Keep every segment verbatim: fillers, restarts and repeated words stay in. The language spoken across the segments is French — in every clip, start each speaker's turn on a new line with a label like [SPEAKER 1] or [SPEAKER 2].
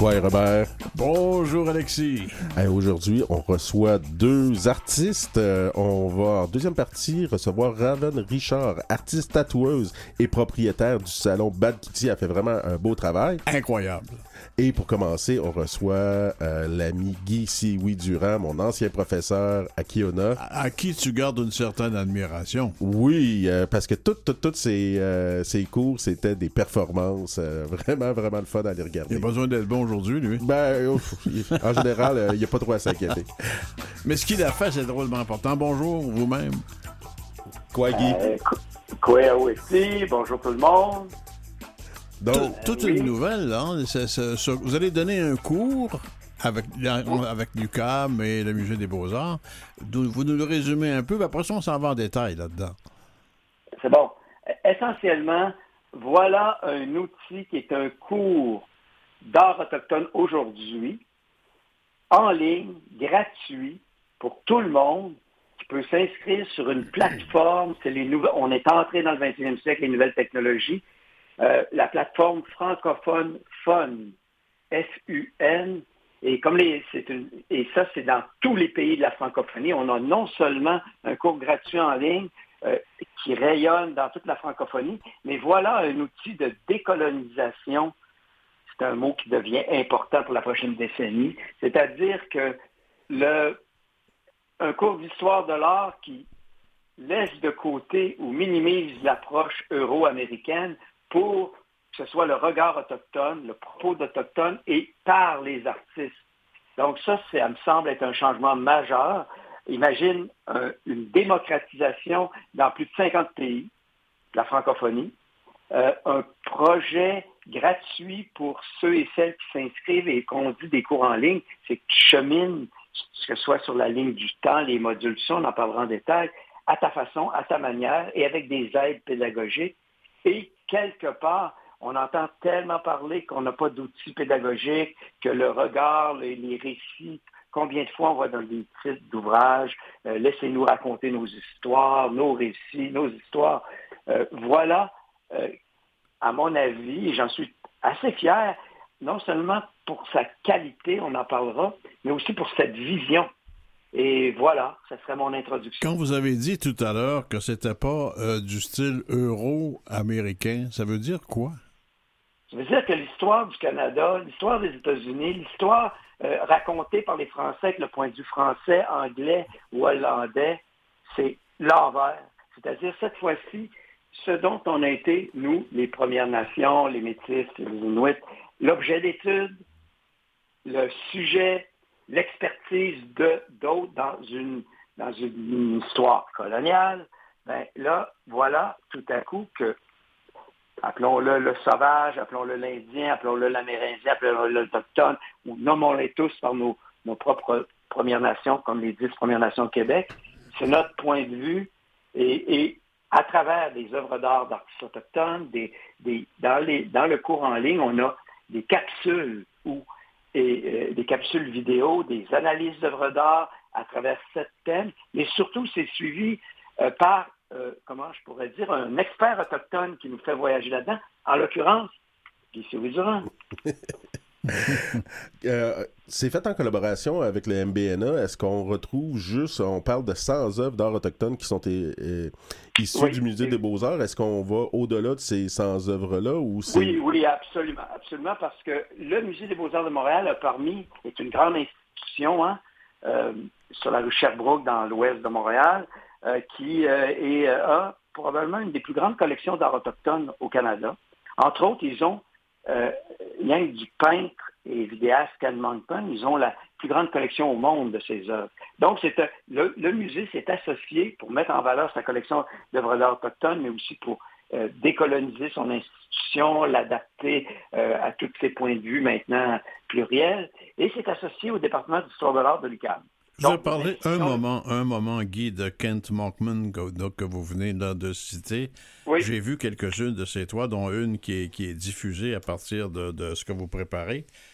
[SPEAKER 1] Quoi, Robert?
[SPEAKER 2] Bonjour, Alexis.
[SPEAKER 1] Hey, aujourd'hui, on reçoit deux artistes. Euh, on va, en deuxième partie, recevoir Raven Richard, artiste tatoueuse et propriétaire du salon Bad Kitty. Elle fait vraiment un beau travail.
[SPEAKER 2] Incroyable.
[SPEAKER 1] Et pour commencer, on reçoit euh, l'ami Guy Sioui Durand, mon ancien professeur à Kiona.
[SPEAKER 2] À, à qui tu gardes une certaine admiration.
[SPEAKER 1] Oui, euh, parce que toutes toutes toutes ces, euh, ces cours, c'était des performances euh, vraiment, vraiment le fun à les regarder.
[SPEAKER 2] Il a besoin d'être bon aujourd'hui, lui.
[SPEAKER 1] Ben, ouf, en général, il euh, n'y a pas trop à s'inquiéter.
[SPEAKER 2] Mais ce qu'il a fait, c'est drôlement important. Bonjour, vous-même.
[SPEAKER 1] Quoi, Guy?
[SPEAKER 3] Euh, quoi aussi, bonjour tout le monde.
[SPEAKER 2] Donc, euh, toute
[SPEAKER 3] oui.
[SPEAKER 2] une nouvelle, hein? C'est, c'est, c'est, vous allez donner un cours avec, avec l'U Q A M et le Musée des Beaux-Arts. Vous nous le résumez un peu, puis après ça, on s'en va en détail là-dedans.
[SPEAKER 3] C'est bon. Essentiellement, voilà un outil qui est un cours d'art autochtone aujourd'hui, en ligne, gratuit, pour tout le monde, qui peut s'inscrire sur une plateforme. C'est les nouvelles, on est entré dans le vingt et unième siècle, les nouvelles technologies. Euh, la plateforme francophone Fun, F U N, et comme les, c'est une, et ça, c'est dans tous les pays de la francophonie. On a non seulement un cours gratuit en ligne euh, qui rayonne dans toute la francophonie, mais voilà un outil de décolonisation. C'est un mot qui devient important pour la prochaine décennie. C'est-à-dire que le, un cours d'histoire de l'art qui laisse de côté ou minimise l'approche euro-américaine pour que ce soit le regard autochtone, le propos d'Autochtone et par les artistes. Donc ça, ça me semble être un changement majeur. Imagine un, une démocratisation dans plus de cinquante pays, la francophonie, euh, un projet gratuit pour ceux et celles qui s'inscrivent et qu'on dit des cours en ligne, c'est que tu chemines, que ce soit sur la ligne du temps, les modules, ça, on en parlera en détail, à ta façon, à ta manière et avec des aides pédagogiques. Et quelque part, on entend tellement parler qu'on n'a pas d'outils pédagogiques, que le regard, les, les récits, combien de fois on voit dans des titres d'ouvrages, euh, laissez-nous raconter nos histoires, nos récits, nos histoires. Euh, voilà, euh, à mon avis, et j'en suis assez fier, non seulement pour sa qualité, on en parlera, mais aussi pour cette vision. Et voilà, ça serait mon introduction.
[SPEAKER 2] Quand vous avez dit tout à l'heure que c'était pas euh, du style euro-américain, ça veut dire quoi?
[SPEAKER 3] Ça veut dire que l'histoire du Canada, l'histoire des États-Unis, l'histoire euh, racontée par les Français avec le point de vue français, anglais ou hollandais, c'est l'envers. C'est-à-dire, cette fois-ci, ce dont on a été, nous, les Premières Nations, les Métis, les Inuits, l'objet d'étude, le sujet, l'expertise de d'autres dans une, dans une histoire coloniale, ben là, voilà tout à coup que, appelons-le le sauvage, appelons-le l'Indien, appelons-le l'Amérindien, appelons-le l'Autochtone, ou nommons-les tous par nos, nos propres Premières Nations, comme les dix Premières Nations au Québec, c'est notre point de vue, et, et à travers des œuvres d'art d'artistes autochtones, des, des, dans, les, dans le cours en ligne, on a des capsules où et euh, des capsules vidéo, des analyses d'œuvres d'art à travers sept thèmes, mais surtout, c'est suivi euh, par, euh, comment je pourrais dire, un expert autochtone qui nous fait voyager là-dedans, en l'occurrence, Guy Sioui Durand.
[SPEAKER 1] euh, c'est fait en collaboration avec le M B N A. Est-ce qu'on retrouve juste, on parle de cent œuvres d'art autochtone qui sont euh, euh, issues oui, du Musée des Beaux-Arts. Est-ce qu'on va au-delà de ces cent œuvres-là? Ou c'est...
[SPEAKER 3] Oui, oui, absolument. Absolument, parce que le Musée des Beaux-Arts de Montréal a permis, est une grande institution hein, euh, sur la rue Sherbrooke, dans l'ouest de Montréal, euh, qui euh, est, euh, a probablement une des plus grandes collections d'art autochtone au Canada. Entre autres, ils ont Euh, rien que du peintre et vidéaste Ken Moncton, ils ont la plus grande collection au monde de ces œuvres. Donc, c'est, le, le musée s'est associé pour mettre en valeur sa collection d'œuvres d'art autochtones, mais aussi pour euh, décoloniser son institution, l'adapter euh, à tous ses points de vue maintenant pluriels, et s'est associé au département d'histoire de l'art de l'U Q A M.
[SPEAKER 2] Je vais parler un moment, un moment, Guy, de Kent Moncton que, que vous venez là de citer. Oui. J'ai vu quelques-unes de ces toiles, dont une qui est, qui est diffusée à partir de, de ce que vous préparez.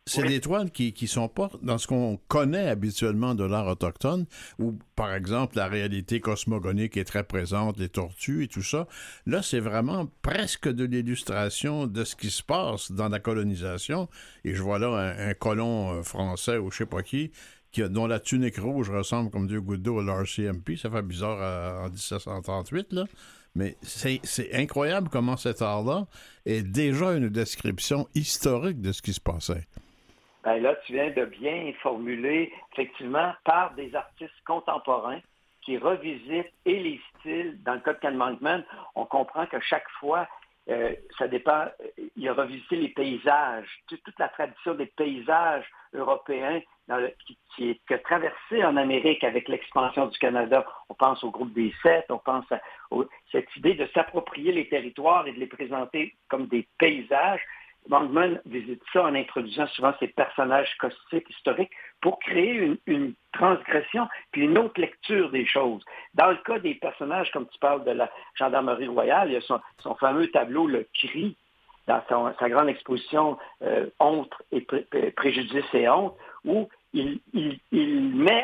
[SPEAKER 2] c'est
[SPEAKER 3] oui.
[SPEAKER 2] des toiles qui qui sont pas dans ce qu'on connaît habituellement de l'art autochtone, où, par exemple, la réalité cosmogonique est très présente, les tortues et tout ça. Là, c'est vraiment presque de l'illustration de ce qui se passe dans la colonisation. Et je vois là un, un colon français ou je sais pas qui, qui a, dont la tunique rouge ressemble comme deux gouttes d'eau à l'R C M P. Ça fait bizarre à, en dix-sept cent trente-huit, là. Mais c'est, c'est incroyable comment cet art-là est déjà une description historique de ce qui se passait.
[SPEAKER 3] Ben là, tu viens de bien formuler, effectivement, par des artistes contemporains qui revisitent et les styles. Dans le cas de Ken Monkman, on comprend que chaque fois, euh, ça dépend, il a revisité les paysages, toute, toute la tradition des paysages européens dans le, qui, qui, est, qui a traversé en Amérique avec l'expansion du Canada. On pense au groupe des Sept, on pense à au, cette idée de s'approprier les territoires et de les présenter comme des paysages. Monkman visite ça en introduisant souvent ces personnages caustiques historiques pour créer une, une transgression puis une autre lecture des choses. Dans le cas des personnages, comme tu parles de la Gendarmerie royale, il y a son, son fameux tableau Le Cri, dans son, sa grande exposition euh, Honte et pré, pré, Préjudice et honte, où il, il, il met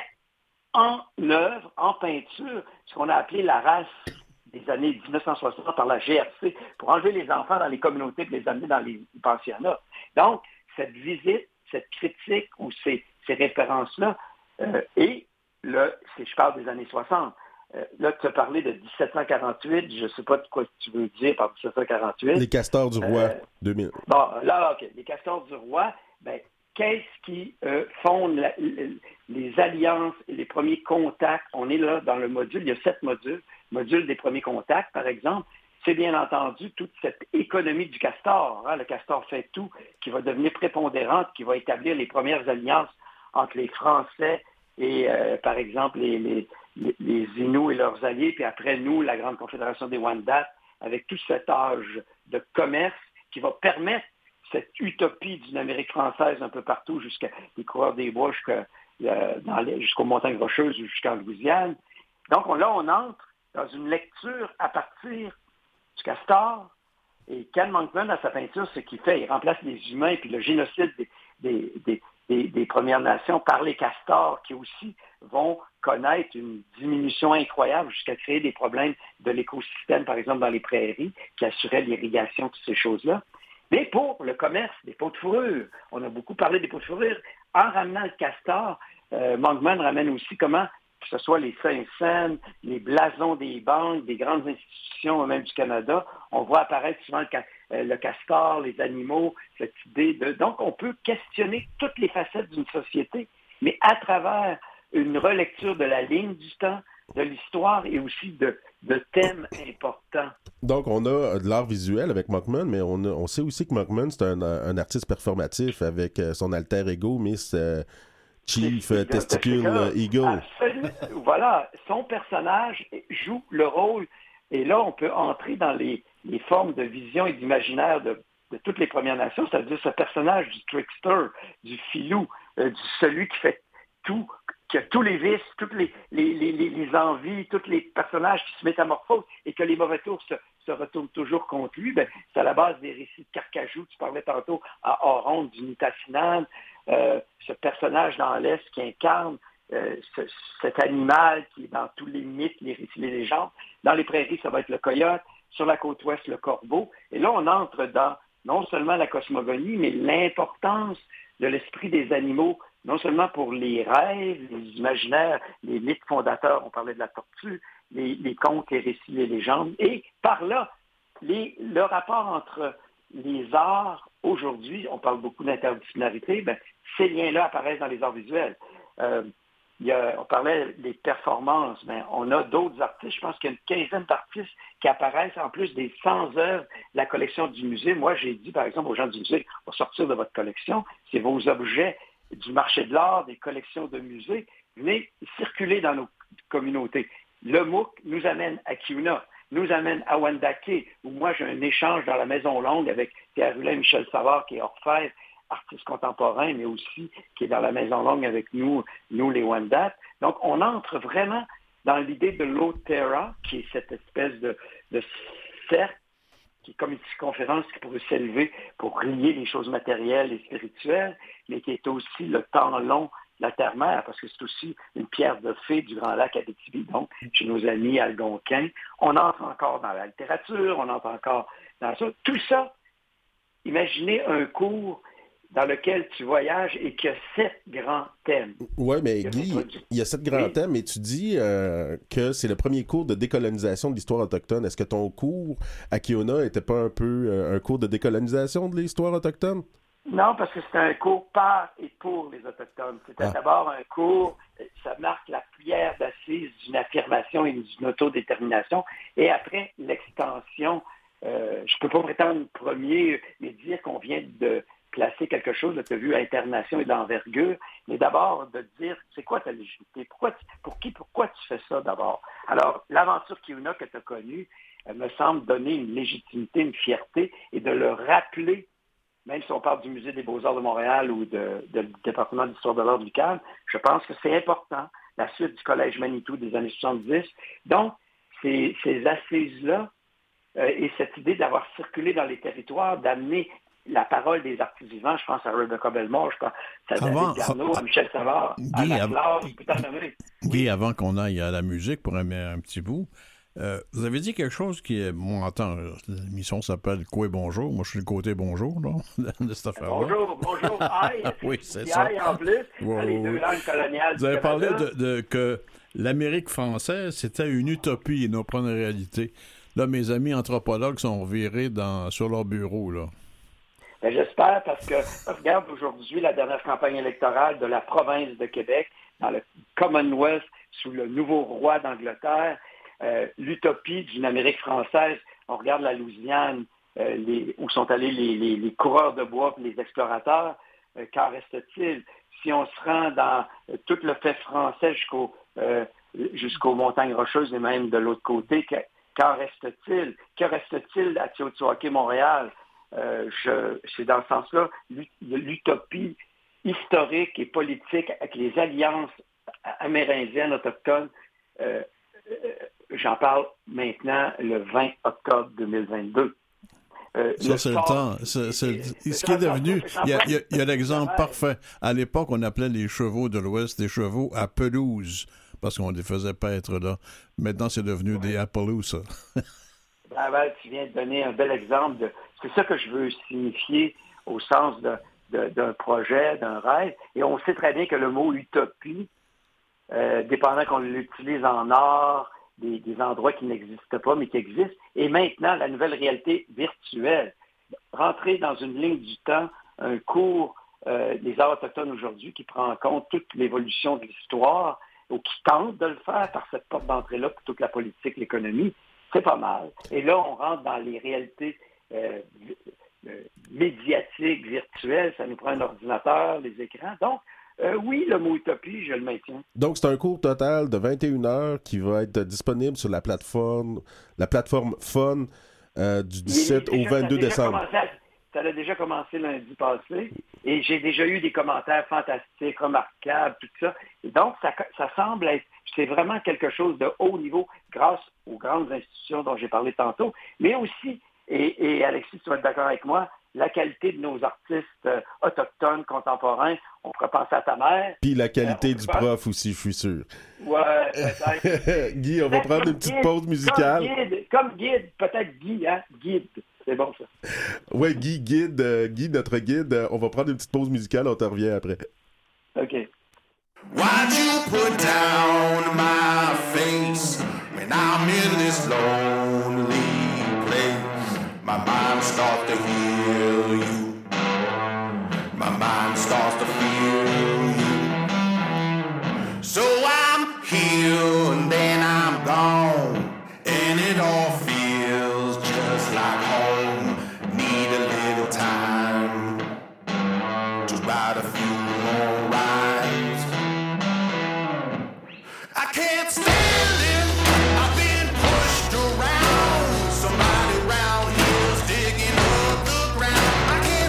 [SPEAKER 3] en œuvre, en peinture, ce qu'on a appelé la race des années dix-neuf cent soixante par la G R C, pour enlever les enfants dans les communautés et les amener dans les pensionnats. Donc, cette visite, cette critique ou ces, ces références-là, euh, et là, si je parle des années soixante, euh, là, tu as parlé de dix-sept cent quarante-huit, je ne sais pas de quoi tu veux dire par dix-sept cent quarante-huit.
[SPEAKER 1] Les Castors du Roi,
[SPEAKER 3] euh,
[SPEAKER 1] deux mille.
[SPEAKER 3] Bon, là, OK, les Castors du Roi, ben, qu'est-ce qui euh, fonde la, les alliances et les premiers contacts? On est là dans le module, il y a sept modules. Module des premiers contacts, par exemple, c'est bien entendu toute cette économie du castor, hein, le castor fait tout, qui va devenir prépondérante, qui va établir les premières alliances entre les Français et, euh, par exemple, les, les, les Inuits et leurs alliés, puis après nous, la Grande Confédération des Wendat, avec tout cet âge de commerce qui va permettre cette utopie d'une Amérique française un peu partout, jusqu'à les coureurs des bois, jusqu'à, euh, dans les, jusqu'aux montagnes rocheuses ou jusqu'en Louisiane. Donc on, là, on entre dans une lecture à partir du castor. Et Ken Monkman, dans sa peinture, ce qu'il fait, il remplace les humains puis le génocide des, des, des, des, des Premières Nations par les castors, qui aussi vont connaître une diminution incroyable jusqu'à créer des problèmes de l'écosystème, par exemple dans les prairies, qui assuraient l'irrigation, toutes ces choses-là. Mais pour le commerce des peaux de fourrure, on a beaucoup parlé des peaux de fourrure, en ramenant le castor, euh, Monkman ramène aussi comment, que ce soit les Saint-Saëns, les blasons des banques, des grandes institutions même du Canada, on voit apparaître souvent le, euh, le castor, les animaux, cette idée de... Donc, on peut questionner toutes les facettes d'une société, mais à travers une relecture de la ligne du temps, de l'histoire et aussi de, de thèmes importants.
[SPEAKER 1] Donc, on a de l'art visuel avec Monkman, mais on, a, on sait aussi que Monkman, c'est un, un artiste performatif avec son alter ego, Miss euh, Chief euh, Testicule Eagle.
[SPEAKER 3] Absolument. Voilà, son personnage joue le rôle, et là, on peut entrer dans les, les formes de vision et d'imaginaire de, de toutes les Premières Nations, c'est-à-dire ce personnage du trickster, du filou, euh, du celui qui fait tout, qui a tous les vices, toutes les, les, les, les envies, tous les personnages qui se métamorphosent et que les mauvais tours se, se retournent toujours contre lui. Ben, c'est à la base des récits de Carcajou, tu parlais tantôt à Oronte du Nitassinan, euh, ce personnage dans l'Est qui incarne euh, ce, cet animal qui est dans tous les mythes, les récits, les légendes. Dans les prairies, ça va être le coyote, sur la côte ouest, le corbeau. Et là, on entre dans non seulement la cosmogonie, mais l'importance de l'esprit des animaux, non seulement pour les rêves, les imaginaires, les mythes fondateurs, on parlait de la tortue, les, les contes, les récits, les légendes, et par là, les, le rapport entre les arts, aujourd'hui, on parle beaucoup d'interdisciplinarité, ben, ces liens-là apparaissent dans les arts visuels. Euh, il y a, on parlait des performances, mais on a d'autres artistes, je pense qu'il y a une quinzaine d'artistes qui apparaissent en plus des cent œuvres de la collection du musée. Moi, j'ai dit, par exemple, aux gens du musée, on va sortir de votre collection, c'est vos objets du marché de l'art, des collections de musées, venez circuler dans nos communautés. Le M O O C nous amène à Kiuna, nous amène à Wendake, où moi j'ai un échange dans la Maison Longue avec Pierre Hulin, Michel Savard, qui est orfèvre, artiste contemporain, mais aussi qui est dans la Maison Longue avec nous, nous les Wendat. Donc on entre vraiment dans l'idée de l'Otera, qui est cette espèce de, de cercle qui est comme une circonférence qui pourrait s'élever pour relier les choses matérielles et spirituelles, mais qui est aussi le temps long de la terre-mère, parce que c'est aussi une pierre de fée du Grand Lac Abitibi, donc chez nos amis algonquins. On entre encore dans la littérature, on entre encore dans ça. Tout ça, imaginez un cours dans lequel tu voyages et qui a sept grands thèmes.
[SPEAKER 1] Oui, mais Guy, il y a sept grands oui. thèmes et tu dis euh, que c'est le premier cours de décolonisation de l'histoire autochtone. Est-ce que ton cours à Kiona n'était pas un peu euh, un cours de décolonisation de l'histoire autochtone?
[SPEAKER 3] Non, parce que c'était un cours par et pour les Autochtones. C'était ah. d'abord un cours, ça marque la pierre d'assise d'une affirmation et d'une autodétermination. Et après, l'extension, euh, je ne peux pas prétendre premier, mais dire qu'on vient de placer quelque chose, tu as vu, incarnation et d'envergure, mais d'abord de dire, c'est quoi ta légitimité? Pourquoi tu, pour qui, pourquoi tu fais ça d'abord? Alors, l'aventure Kiuna que tu as connue euh, me semble donner une légitimité, une fierté, et de le rappeler, même si on parle du Musée des Beaux-Arts de Montréal ou de, de, du département d'histoire de l'art du Calme, je pense que c'est important, la suite du Collège Manitou des années soixante-dix. Donc, ces, ces assises-là, euh, et cette idée d'avoir circulé dans les territoires, d'amener la parole des artistes vivants, je pense à Rebecca Bellemare, je pense à David avant, Garneau, à Michel Savard,
[SPEAKER 2] Guy,
[SPEAKER 3] à la
[SPEAKER 2] avant,
[SPEAKER 3] classe, peut-être nommer.
[SPEAKER 2] Guy,
[SPEAKER 3] Oui.
[SPEAKER 2] avant qu'on aille à la musique pour un, un petit bout, euh, vous avez dit quelque chose qui est... Bon, attends, l'émission s'appelle « Quoi bonjour ». Moi, je suis le côté « bonjour » là, de cette affaire-là.
[SPEAKER 3] Bonjour, bonjour, aïe.
[SPEAKER 2] Oui, c'est ça.
[SPEAKER 3] Aïe en plus,
[SPEAKER 2] wow.
[SPEAKER 3] les deux langues coloniales.
[SPEAKER 2] Vous avez parlé de, de que l'Amérique française, c'était une utopie et non pas une réalité. Là, mes amis anthropologues sont virés dans, sur leur bureau, là.
[SPEAKER 3] Ben, j'espère, parce que regarde aujourd'hui la dernière campagne électorale de la province de Québec, dans le Commonwealth, sous le nouveau roi d'Angleterre, euh, l'utopie d'une Amérique française. On regarde la Louisiane, euh, les, où sont allés les, les, les coureurs de bois et les explorateurs. Euh, qu'en reste-t-il? Si on se rend dans euh, tout le fait français jusqu'au, euh, jusqu'aux montagnes rocheuses et même de l'autre côté, que, qu'en reste-t-il? Que reste-t-il à Teotihuacan, Montréal? Euh, je, c'est dans ce sens-là l'utopie historique et politique avec les alliances amérindiennes, autochtones. Euh, euh, j'en parle maintenant le vingt octobre deux mille vingt-deux. Euh,
[SPEAKER 2] ça, le c'est sport, le temps. C'est, c'est, c'est, ce qui est devenu... Il y a, il y a, il y a l'exemple ouais. parfait. À l'époque, on appelait les chevaux de l'Ouest des chevaux à pelouse, parce qu'on ne les faisait pas être là. Maintenant, c'est devenu ouais. des Appaloosa.
[SPEAKER 3] Ben, ben, tu viens de donner un bel exemple de... C'est ça que je veux signifier au sens de, de, d'un projet, d'un rêve. Et on sait très bien que le mot utopie, euh, dépendant qu'on l'utilise en art, des, des endroits qui n'existent pas, mais qui existent, et maintenant, la nouvelle réalité virtuelle. Rentrer dans une ligne du temps, un cours euh, des arts autochtones aujourd'hui qui prend en compte toute l'évolution de l'histoire, ou qui tente de le faire par cette porte d'entrée-là pour toute la politique, l'économie, c'est pas mal. Et là, on rentre dans les réalités euh, euh, médiatiques, virtuelles. Ça nous prend un ordinateur, les écrans. Donc, euh, oui, le mot utopie, je le maintiens.
[SPEAKER 1] Donc, c'est un cours total de vingt et une heures qui va être disponible sur la plateforme, la plateforme Fun euh, du dix-sept au vingt-deux décembre.
[SPEAKER 3] À, ça a déjà commencé lundi passé et j'ai déjà eu des commentaires fantastiques, remarquables, tout ça. Et donc, ça, ça semble être, c'est vraiment quelque chose de haut niveau grâce aux grandes institutions dont j'ai parlé tantôt, mais aussi, et, et Alexis, tu vas être d'accord avec moi, la qualité de nos artistes euh, autochtones, contemporains. On pourrait penser à ta mère.
[SPEAKER 1] Puis la qualité euh, du prof penser... aussi, je suis sûr.
[SPEAKER 3] Ouais, peut-être.
[SPEAKER 1] Guy, on va prendre une petite guide, pause musicale.
[SPEAKER 3] Comme guide, comme guide peut-être Guy, hein? Guide. C'est bon, ça.
[SPEAKER 1] Ouais, Guy, guide, euh, Guy, notre guide. Euh, on va prendre une petite pause musicale, on te revient après.
[SPEAKER 3] OK.
[SPEAKER 4] Why'd you put down my face when I'm in this lonely place? My mind starts to heal you. My mind starts to feel you. So I'm here and then I'm gone, and it all feels just like home. Need a little time to write a few more rhymes. I can't stand it. I've been pushed around. Somebody around here's digging up the ground. I can't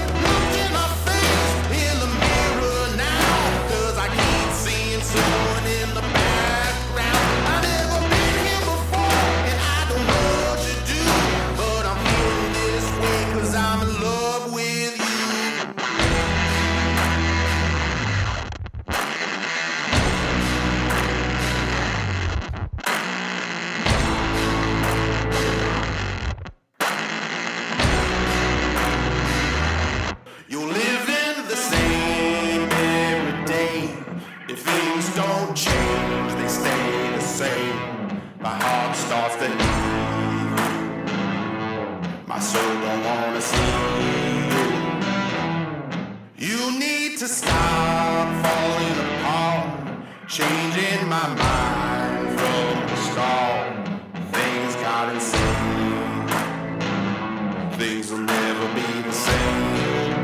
[SPEAKER 4] changing my mind from the start. Things got insane. Things will never be the same.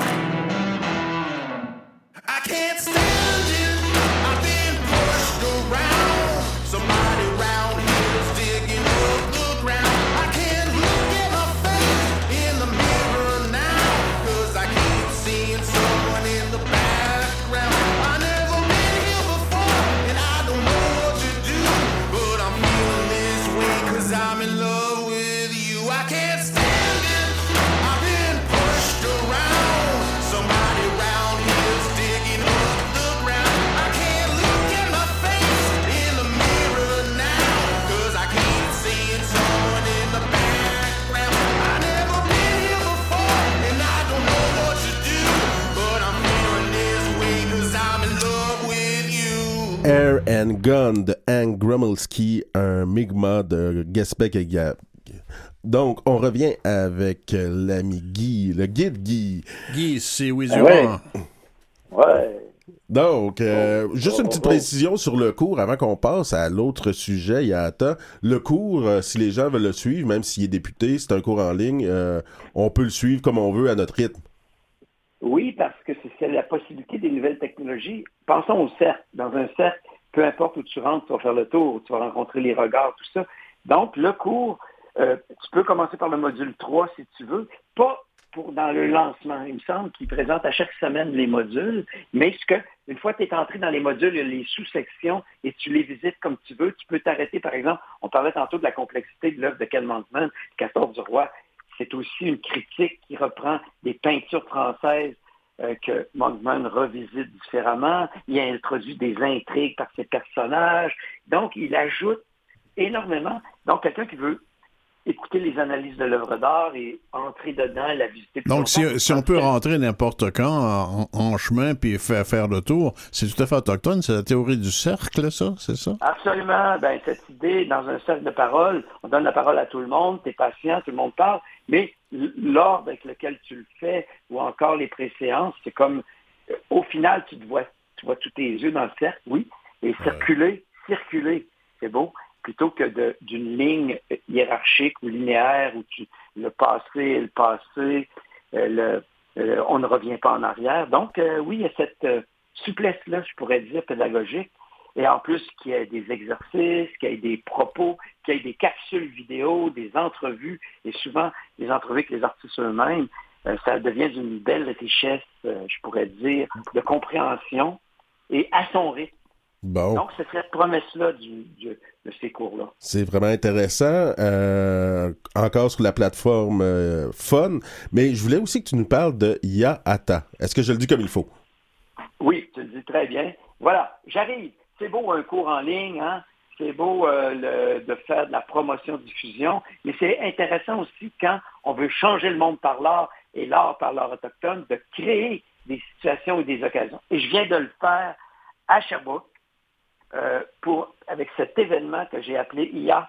[SPEAKER 4] I can't stand it. I've been pushed around. Somebody around here is digging up the ground. I can't look at my face in the mirror now, 'cause I keep seeing someone in the background. I never been here before, and I don't know what to do, but I'm feeling this way 'cause I'm in love with you. I can't stand it. I've been pushed around. Somebody around here is digging up the ground. I can't look at my face in the mirror now, 'cause I keep seeing someone in the background. I never been here before, and I don't know what to do, but I'm feeling this way 'cause I'm in love with you.
[SPEAKER 1] Air and Gun de Hank Grumelski, un Mi'kmaq de Gaspé et Gap. Donc, on revient avec euh, l'ami Guy, le guide Guy.
[SPEAKER 2] Guy, c'est oui,
[SPEAKER 3] Ouais. Ouais.
[SPEAKER 1] Donc, euh,
[SPEAKER 3] Oh,
[SPEAKER 1] juste
[SPEAKER 3] oh,
[SPEAKER 1] une petite
[SPEAKER 3] oh.
[SPEAKER 1] précision sur le cours avant qu'on passe à l'autre sujet, Yata. Le cours, euh, si les gens veulent le suivre, même s'il est député, c'est un cours en ligne, euh, on peut le suivre comme on veut à notre rythme.
[SPEAKER 3] Oui, parce que c'est, c'est la possibilité des nouvelles technologies. Pensons au cercle. Dans un cercle, peu importe où tu rentres, tu vas faire le tour, tu vas rencontrer les regards, tout ça. Donc, le cours, euh, tu peux commencer par le module trois si tu veux, pas pour dans le lancement. Il me semble qu'il présente à chaque semaine les modules, mais ce que, une fois que tu es entré dans les modules, il y a les sous-sections et tu les visites comme tu veux. Tu peux t'arrêter, par exemple, on parlait tantôt de la complexité de l'œuvre de Ken Montman, Castor du Roi. C'est aussi une critique qui reprend des peintures françaises euh, que Montman revisite différemment. Il a introduit des intrigues par ses personnages. Donc, il ajoute énormément. Donc, quelqu'un qui veut écouter les analyses de l'œuvre d'art et entrer dedans, la visiter plus
[SPEAKER 2] Donc, si,
[SPEAKER 3] longtemps.
[SPEAKER 2] si on peut rentrer n'importe quand en, en chemin puis faire, faire le tour, c'est tout à fait autochtone. C'est la théorie du cercle, ça, c'est ça?
[SPEAKER 3] Absolument. Ben, cette idée, dans un cercle de parole, on donne la parole à tout le monde, tu es patient, tout le monde parle, mais l'ordre avec lequel tu le fais, ou encore les préséances, c'est comme, euh, au final, tu te vois, tu vois tous tes yeux dans le cercle, oui, et circuler, circuler, c'est beau, plutôt que de, d'une ligne hiérarchique ou linéaire où tu, le passé est le passé, euh, le, euh, on ne revient pas en arrière. Donc, euh, oui, il y a cette euh, souplesse-là, je pourrais dire, pédagogique. Et en plus, qu'il y ait des exercices, qu'il y ait des propos, qu'il y ait des capsules vidéo, des entrevues, et souvent des entrevues avec les artistes eux-mêmes, euh, ça devient d'une belle richesse, euh, je pourrais dire, de compréhension et à son rythme.
[SPEAKER 1] Bon.
[SPEAKER 3] Donc, c'est cette promesse-là du, du, de ces cours-là.
[SPEAKER 1] C'est vraiment intéressant. Euh, encore sur la plateforme euh, Fun. Mais je voulais aussi que tu nous parles de Yata. Est-ce que je le dis comme il faut?
[SPEAKER 3] Oui, tu le dis très bien. Voilà, j'arrive. C'est beau un cours en ligne, hein? C'est beau euh, le, de faire de la promotion-diffusion, mais c'est intéressant aussi quand on veut changer le monde par l'art et l'art par l'art autochtone, de créer des situations ou des occasions. Et je viens de le faire à Sherbrooke, euh, pour, avec cet événement que j'ai appelé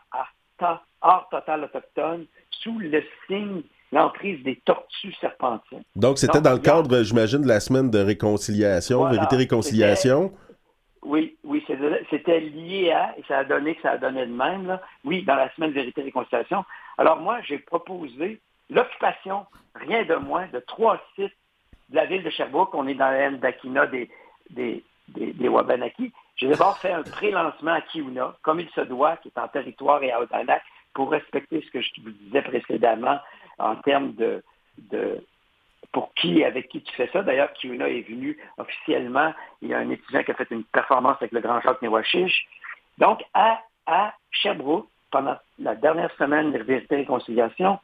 [SPEAKER 3] Yata, Art Total Autochtone, sous le signe, l'emprise des tortues serpentines.
[SPEAKER 1] Donc, c'était
[SPEAKER 3] Donc,
[SPEAKER 1] dans le
[SPEAKER 3] Yata,
[SPEAKER 1] cadre, j'imagine, de la semaine de réconciliation,
[SPEAKER 3] voilà,
[SPEAKER 1] vérité-réconciliation.
[SPEAKER 3] Oui, oui, c'était lié à, et ça a donné que ça a donné de même, là. Oui, dans la semaine Vérité et Réconciliation. Alors moi, j'ai proposé l'occupation, rien de moins, de trois sites de la ville de Sherbrooke. On est dans la Ndakina des, des, des, des Wabanaki. J'ai d'abord fait un pré-lancement à Kiuna, comme il se doit, qui est en territoire et à Odanak, pour respecter ce que je vous disais précédemment en termes de... de pour qui, avec qui tu fais ça. D'ailleurs, Kiuna est venu officiellement. Il y a un étudiant qui a fait une performance avec le grand Jacques Newachiche. Donc, à, à Sherbrooke, pendant la dernière semaine de Vérité et Réconciliation,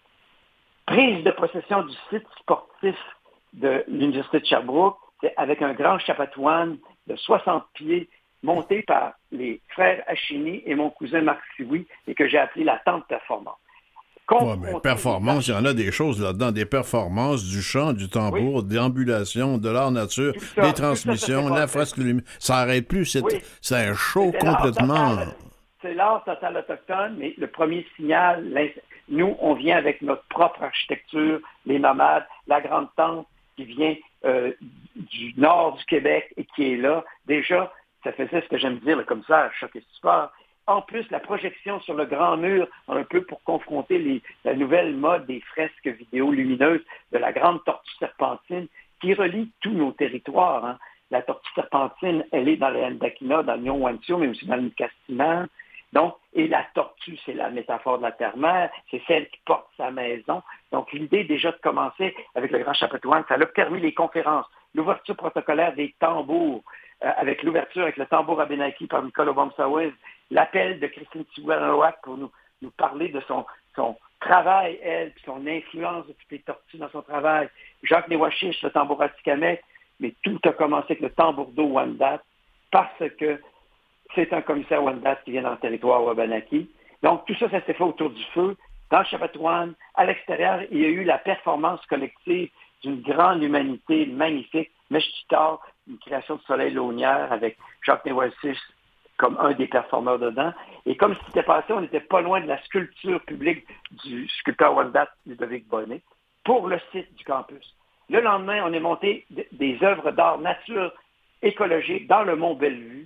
[SPEAKER 3] prise de possession du site sportif de l'Université de Sherbrooke, avec un grand chapatouane de soixante pieds, monté par les frères Hachini et mon cousin Marc Sioui, et que j'ai appelé la tente performance.
[SPEAKER 2] Ouais, mais performance, il y en a des choses là-dedans, des performances, du chant, du tambour, oui. Déambulation, de l'art nature, ça, des transmissions, la fresque lumineuse. Ça n'arrête plus, c'est, oui. c'est un show c'est complètement...
[SPEAKER 3] Total, c'est l'art total autochtone, mais le premier signal, nous, on vient avec notre propre architecture, les nomades, la grande tente qui vient euh, du nord du Québec et qui est là. Déjà, ça faisait ce que j'aime dire, le commissaire Choc et Stupeur. En plus, la projection sur le grand mur, un peu pour confronter les, la nouvelle mode des fresques vidéo lumineuses de la grande tortue serpentine qui relie tous nos territoires. Hein. La tortue serpentine, elle est dans les Andakina, dans le Nyon-Wantsio, mais aussi dans le Mistassina. Donc, et la tortue, c'est la métaphore de la terre-mère, c'est celle qui porte sa maison. Donc, l'idée déjà de commencer avec le Grand Chapetouane, ça a permis les conférences, l'ouverture protocolaire des tambours, euh, avec l'ouverture avec le tambour Abenaki par Nicolas Bomsawez, l'appel de Christine Tiwanawak pour nous, nous parler de son, son travail, elle, puis son influence de toutes les tortues dans son travail. Jacques Newashish, le tambour Atikamek, mais tout a commencé avec le tambour d'eau Wendat, parce que c'est un commissaire Wendat qui vient dans le territoire Wabanaki. Donc, tout ça, ça s'est fait autour du feu, dans le Chapetouane. À l'extérieur, il y a eu la performance collective d'une grande humanité magnifique, Meshtitar, une création de Soleil Launière avec Jacques Newashish comme un des performeurs dedans. Et comme ce qui s'était passé, on n'était pas loin de la sculpture publique du sculpteur Wendat, Ludovic Bonnet, pour le site du campus. Le lendemain, on est monté des œuvres d'art nature écologique dans le mont Bellevue,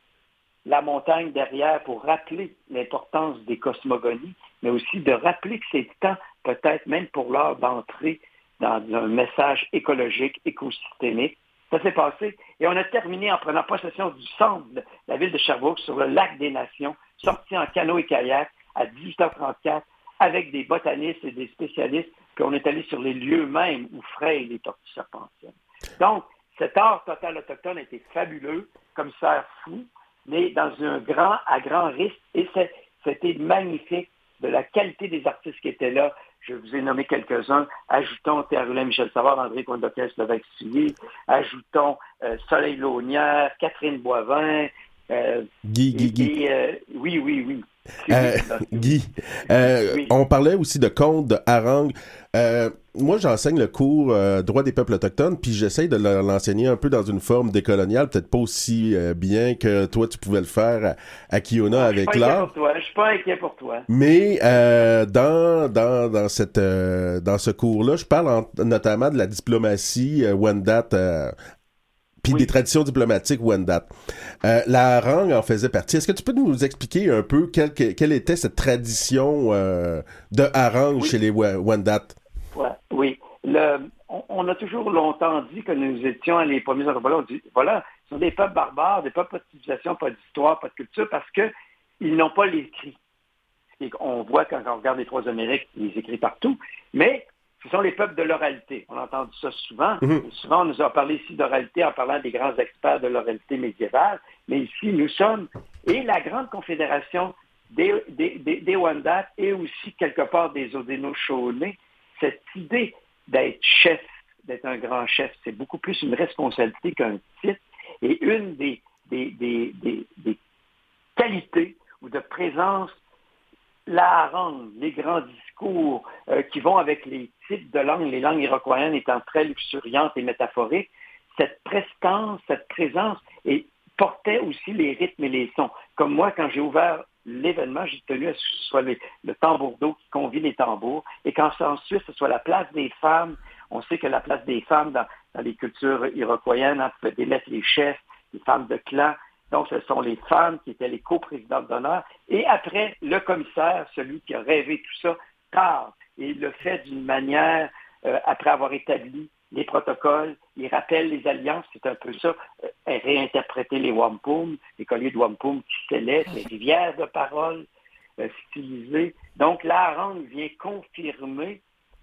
[SPEAKER 3] la montagne derrière, pour rappeler l'importance des cosmogonies, mais aussi de rappeler que c'est temps, peut-être même pour l'heure, d'entrer dans un message écologique, écosystémique. Ça s'est passé et on a terminé en prenant possession du centre de la ville de Sherbrooke sur le lac des Nations, sorti en canot et kayak à dix-huit heures trente-quatre avec des botanistes et des spécialistes, puis on est allé sur les lieux mêmes où frayent les tortues serpentines. Donc, cet art total autochtone a été fabuleux, commissaire fou, mais dans un grand, à grand risque, et c'est, c'était magnifique de la qualité des artistes qui étaient là. Je vous ai nommé quelques-uns. Ajoutons Théa Roulin, Michel Savard, André Condocès, Levaque Sully. Ajoutons euh, Soleil Launière, Catherine Boivin. Euh,
[SPEAKER 1] Guy, Guy, Guy.
[SPEAKER 3] Et, euh, oui, oui, oui.
[SPEAKER 1] Euh, Guy, euh, oui. On parlait aussi de contes, de harangues. Euh, moi, j'enseigne le cours euh, droit des peuples autochtones, puis j'essaye de l'enseigner un peu dans une forme décoloniale, peut-être pas aussi euh, bien que toi, tu pouvais le faire à, à Kiona avec l'art.
[SPEAKER 3] Je suis pas inquiet pour toi.
[SPEAKER 1] Mais euh, dans dans dans cette euh, dans ce cours-là, je parle en, notamment de la diplomatie euh, Wendat. Euh, puis oui. Des traditions diplomatiques Wendat. Euh, la harangue en faisait partie. Est-ce que tu peux nous expliquer un peu quelle, quelle était cette tradition euh, de harangue oui. chez les Wendat?
[SPEAKER 3] Ouais, oui. Le, on, on a toujours longtemps dit que nous étions les premiers anthropologues. On dit, voilà, ce sont des peuples barbares, des peuples pas de civilisation, pas d'histoire, pas de culture, parce qu'ils n'ont pas l'écrit. Et on voit quand on regarde les Trois Amériques, ils écrivent partout, mais ce sont les peuples de l'oralité. On a entendu ça souvent. Mm-hmm. Souvent, on nous a parlé ici d'oralité en parlant des grands experts de l'oralité médiévale. Mais ici, nous sommes, et la grande confédération des, des, des, des Wendat et aussi, quelque part, des Haudenosaunee, cette idée d'être chef, d'être un grand chef, c'est beaucoup plus une responsabilité qu'un titre. Et une des, des, des, des, des qualités ou de présence, la harangue, les grands discours euh, qui vont avec les types de langues, les langues iroquoiennes étant très luxuriantes et métaphoriques, cette prestance, cette présence et portait aussi les rythmes et les sons. Comme moi, quand j'ai ouvert l'événement, j'ai tenu à ce que ce soit les, le tambour d'eau qui convie les tambours et qu'ensuite ce soit la place des femmes. On sait que la place des femmes dans, dans les cultures iroquoiennes, hein, pouvait démettre les chefs, les femmes de clan. Donc, ce sont les femmes qui étaient les coprésidentes d'honneur. Et après, le commissaire, celui qui a rêvé tout ça, part. Et il le fait d'une manière, euh, après avoir établi les protocoles, il rappelle les alliances, c'est un peu ça, euh, réinterpréter les wampum, les colliers de wampum qui scellaient, les rivières de paroles euh, stylisées. Donc, la harangue vient confirmer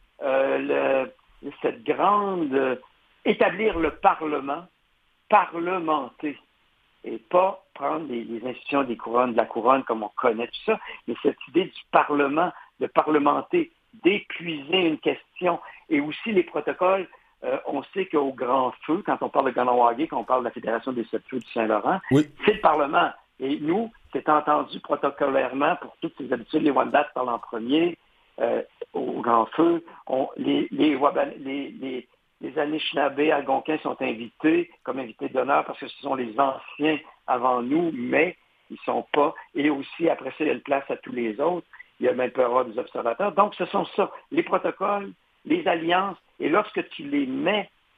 [SPEAKER 3] euh, le, cette grande... Euh, établir le Parlement, parlementer. Et pas prendre les, les institutions des couronnes, de la couronne comme on connaît tout ça, mais cette idée du Parlement, de parlementer, d'épuiser une question, et aussi les protocoles. Euh, on sait qu'au Grand Feu, quand on parle de Ganawagé, quand on parle de la Fédération des Sept Feux du Saint-Laurent, oui. C'est le Parlement. Et nous, c'est entendu protocolairement pour toutes ces habitudes. Les Wendat parlent en premier, euh, au Grand Feu. On, les, les, les, les Les Anishinabés, Algonquins sont invités comme invités d'honneur parce que ce sont les anciens avant nous, mais ils ne sont pas. Et aussi, après ça, il y a une place à tous les autres. Il y a même pas des observateurs. Donc, ce sont ça, les protocoles, les alliances. Et lorsque tu les mets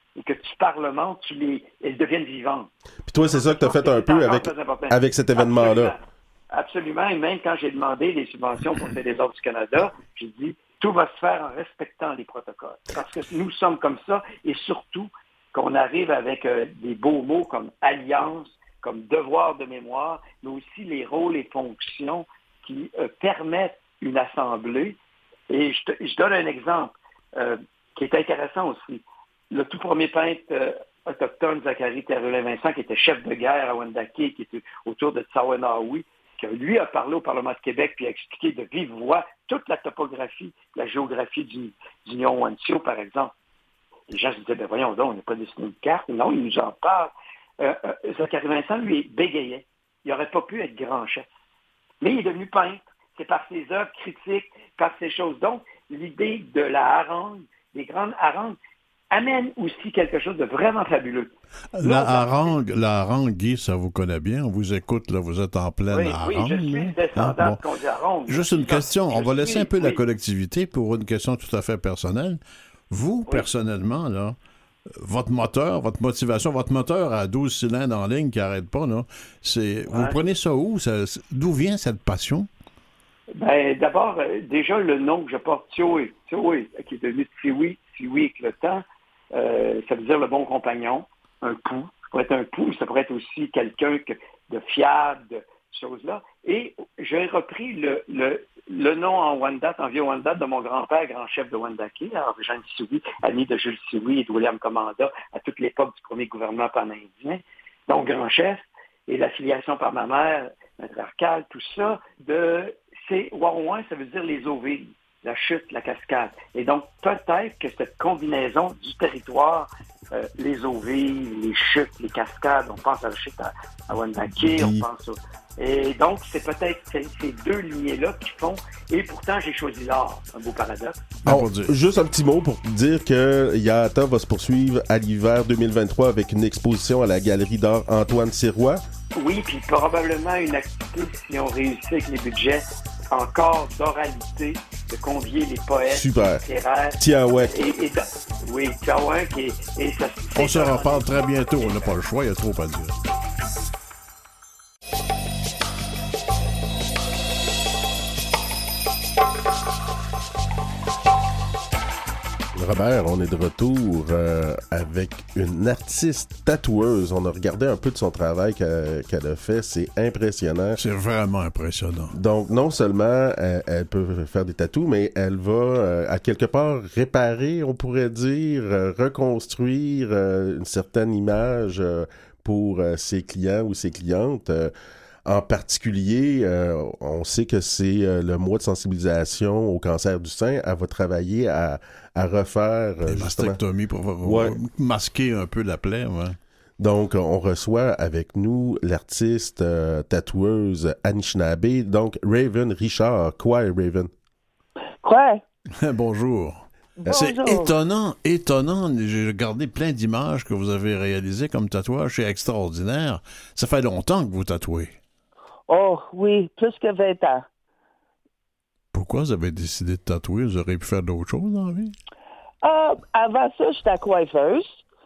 [SPEAKER 3] et que tu parlementes, tu les, elles deviennent vivantes.
[SPEAKER 1] Puis toi, c'est ça que tu as fait un peu avec, avec cet événement-là.
[SPEAKER 3] Absolument. Absolument. Et même quand j'ai demandé les subventions pour faire les Ordres du Canada, j'ai dit, tout va se faire en respectant les protocoles. Parce que nous sommes comme ça, et surtout qu'on arrive avec euh, des beaux mots comme alliance, comme devoir de mémoire, mais aussi les rôles et fonctions qui euh, permettent une assemblée. Et je, te, je donne un exemple euh, qui est intéressant aussi. Le tout premier peintre euh, autochtone, Zachary Terrelin-Vincent, qui était chef de guerre à Wendake, qui était autour de Tsawanawi, qui lui a parlé au Parlement de Québec puis a expliqué de vive voix toute la topographie, la géographie du, du Nyon-Wantio, par exemple. Les gens se disaient, ben voyons donc, on n'a pas dessiné une carte. Non, il nous en parle. Euh, euh, Zachary Vincent, lui, bégayait. Il n'aurait pas pu être grand chef. Mais il est devenu peintre. C'est par ses œuvres critiques, par ces choses. Donc, l'idée de la harangue, des grandes harangues, amène aussi quelque chose de vraiment fabuleux.
[SPEAKER 2] La harangue, la harangue, Guy, ça vous connaît bien. On vous écoute, là, vous êtes en pleine
[SPEAKER 3] oui,
[SPEAKER 2] harangue.
[SPEAKER 3] Oui, je suis descendant
[SPEAKER 2] hein?
[SPEAKER 3] de qu'on dit harangue.
[SPEAKER 2] Juste une question. On va laisser
[SPEAKER 3] suis,
[SPEAKER 2] un peu
[SPEAKER 3] oui.
[SPEAKER 2] la collectivité pour une question tout à fait personnelle. Vous,
[SPEAKER 3] oui.
[SPEAKER 2] personnellement, là, votre moteur, votre motivation, votre moteur à douze cylindres en ligne qui n'arrête pas, là, c'est, ouais. Vous prenez ça où? Ça, d'où vient cette passion?
[SPEAKER 3] Ben, d'abord, euh, déjà, le nom que je porte, Tioé, Tioé, qui est devenu Tiwi, Tiwi avec le temps, euh, ça veut dire le bon compagnon, un pou. Ça pourrait être un pou, ça pourrait être aussi quelqu'un que, de fiable, de choses-là. Et j'ai repris le, le, le nom en Wendat, en vieux Wendat, de mon grand-père, grand chef de Wendake, alors Jean Tiwi, ami de Jules Tiwi et de William Commanda, à toute l'époque du premier gouvernement panindien. Donc, grand chef, et l'affiliation par ma mère, matriarcale, tout ça, de... C'est Warouin, ça veut dire les eaux vives, la chute, la cascade. Et donc, peut-être que cette combinaison du territoire, euh, les eaux vives, les chutes, les cascades, on pense à la chute à, à Wendake, on pense au... Et donc, c'est peut-être ces, ces deux lignées-là qui font... Et pourtant, j'ai choisi l'art, un beau paradoxe.
[SPEAKER 1] Oh, juste un petit mot pour dire que Ya'ata va se poursuivre à l'hiver deux mille vingt-trois avec une exposition à la Galerie d'art Antoine Sirois.
[SPEAKER 3] Oui, puis probablement une activité, si on réussit avec les budgets, encore d'oralité, de convier les poètes,
[SPEAKER 1] super.
[SPEAKER 3] Les littéraires.
[SPEAKER 1] Tiens, ouais.
[SPEAKER 3] Et, et, oui, tiens, ouais, et, et ça...
[SPEAKER 2] On se reparle très bientôt, on n'a pas le choix, il y a trop à dire.
[SPEAKER 1] Robert, on est de retour euh, avec une artiste tatoueuse. On a regardé un peu de son travail qu'elle, qu'elle a fait. C'est impressionnant.
[SPEAKER 2] C'est vraiment impressionnant.
[SPEAKER 1] Donc, non seulement elle, elle peut faire des tatous, mais elle va, euh, à quelque part, réparer, on pourrait dire, euh, reconstruire euh, une certaine image euh, pour euh, ses clients ou ses clientes. Euh, En particulier, euh, on sait que c'est euh, le mois de sensibilisation au cancer du sein. Elle va travailler à, à refaire... Euh,
[SPEAKER 2] Des mastectomies pour
[SPEAKER 1] ouais.
[SPEAKER 2] masquer un peu la plaie. Ouais.
[SPEAKER 1] Donc, on reçoit avec nous l'artiste euh, tatoueuse Anishinaabe, donc Raven Richard. Quoi, Raven?
[SPEAKER 5] Quoi?
[SPEAKER 2] Bonjour.
[SPEAKER 5] Bonjour.
[SPEAKER 2] C'est étonnant, étonnant. J'ai regardé plein d'images que vous avez réalisées comme tatouage. C'est extraordinaire. Ça fait longtemps que vous tatouez.
[SPEAKER 5] Oh, oui, plus que vingt ans.
[SPEAKER 2] Pourquoi vous avez décidé de tatouer? Vous auriez pu faire d'autres choses dans la vie?
[SPEAKER 5] Euh, avant ça, j'étais coiffeuse.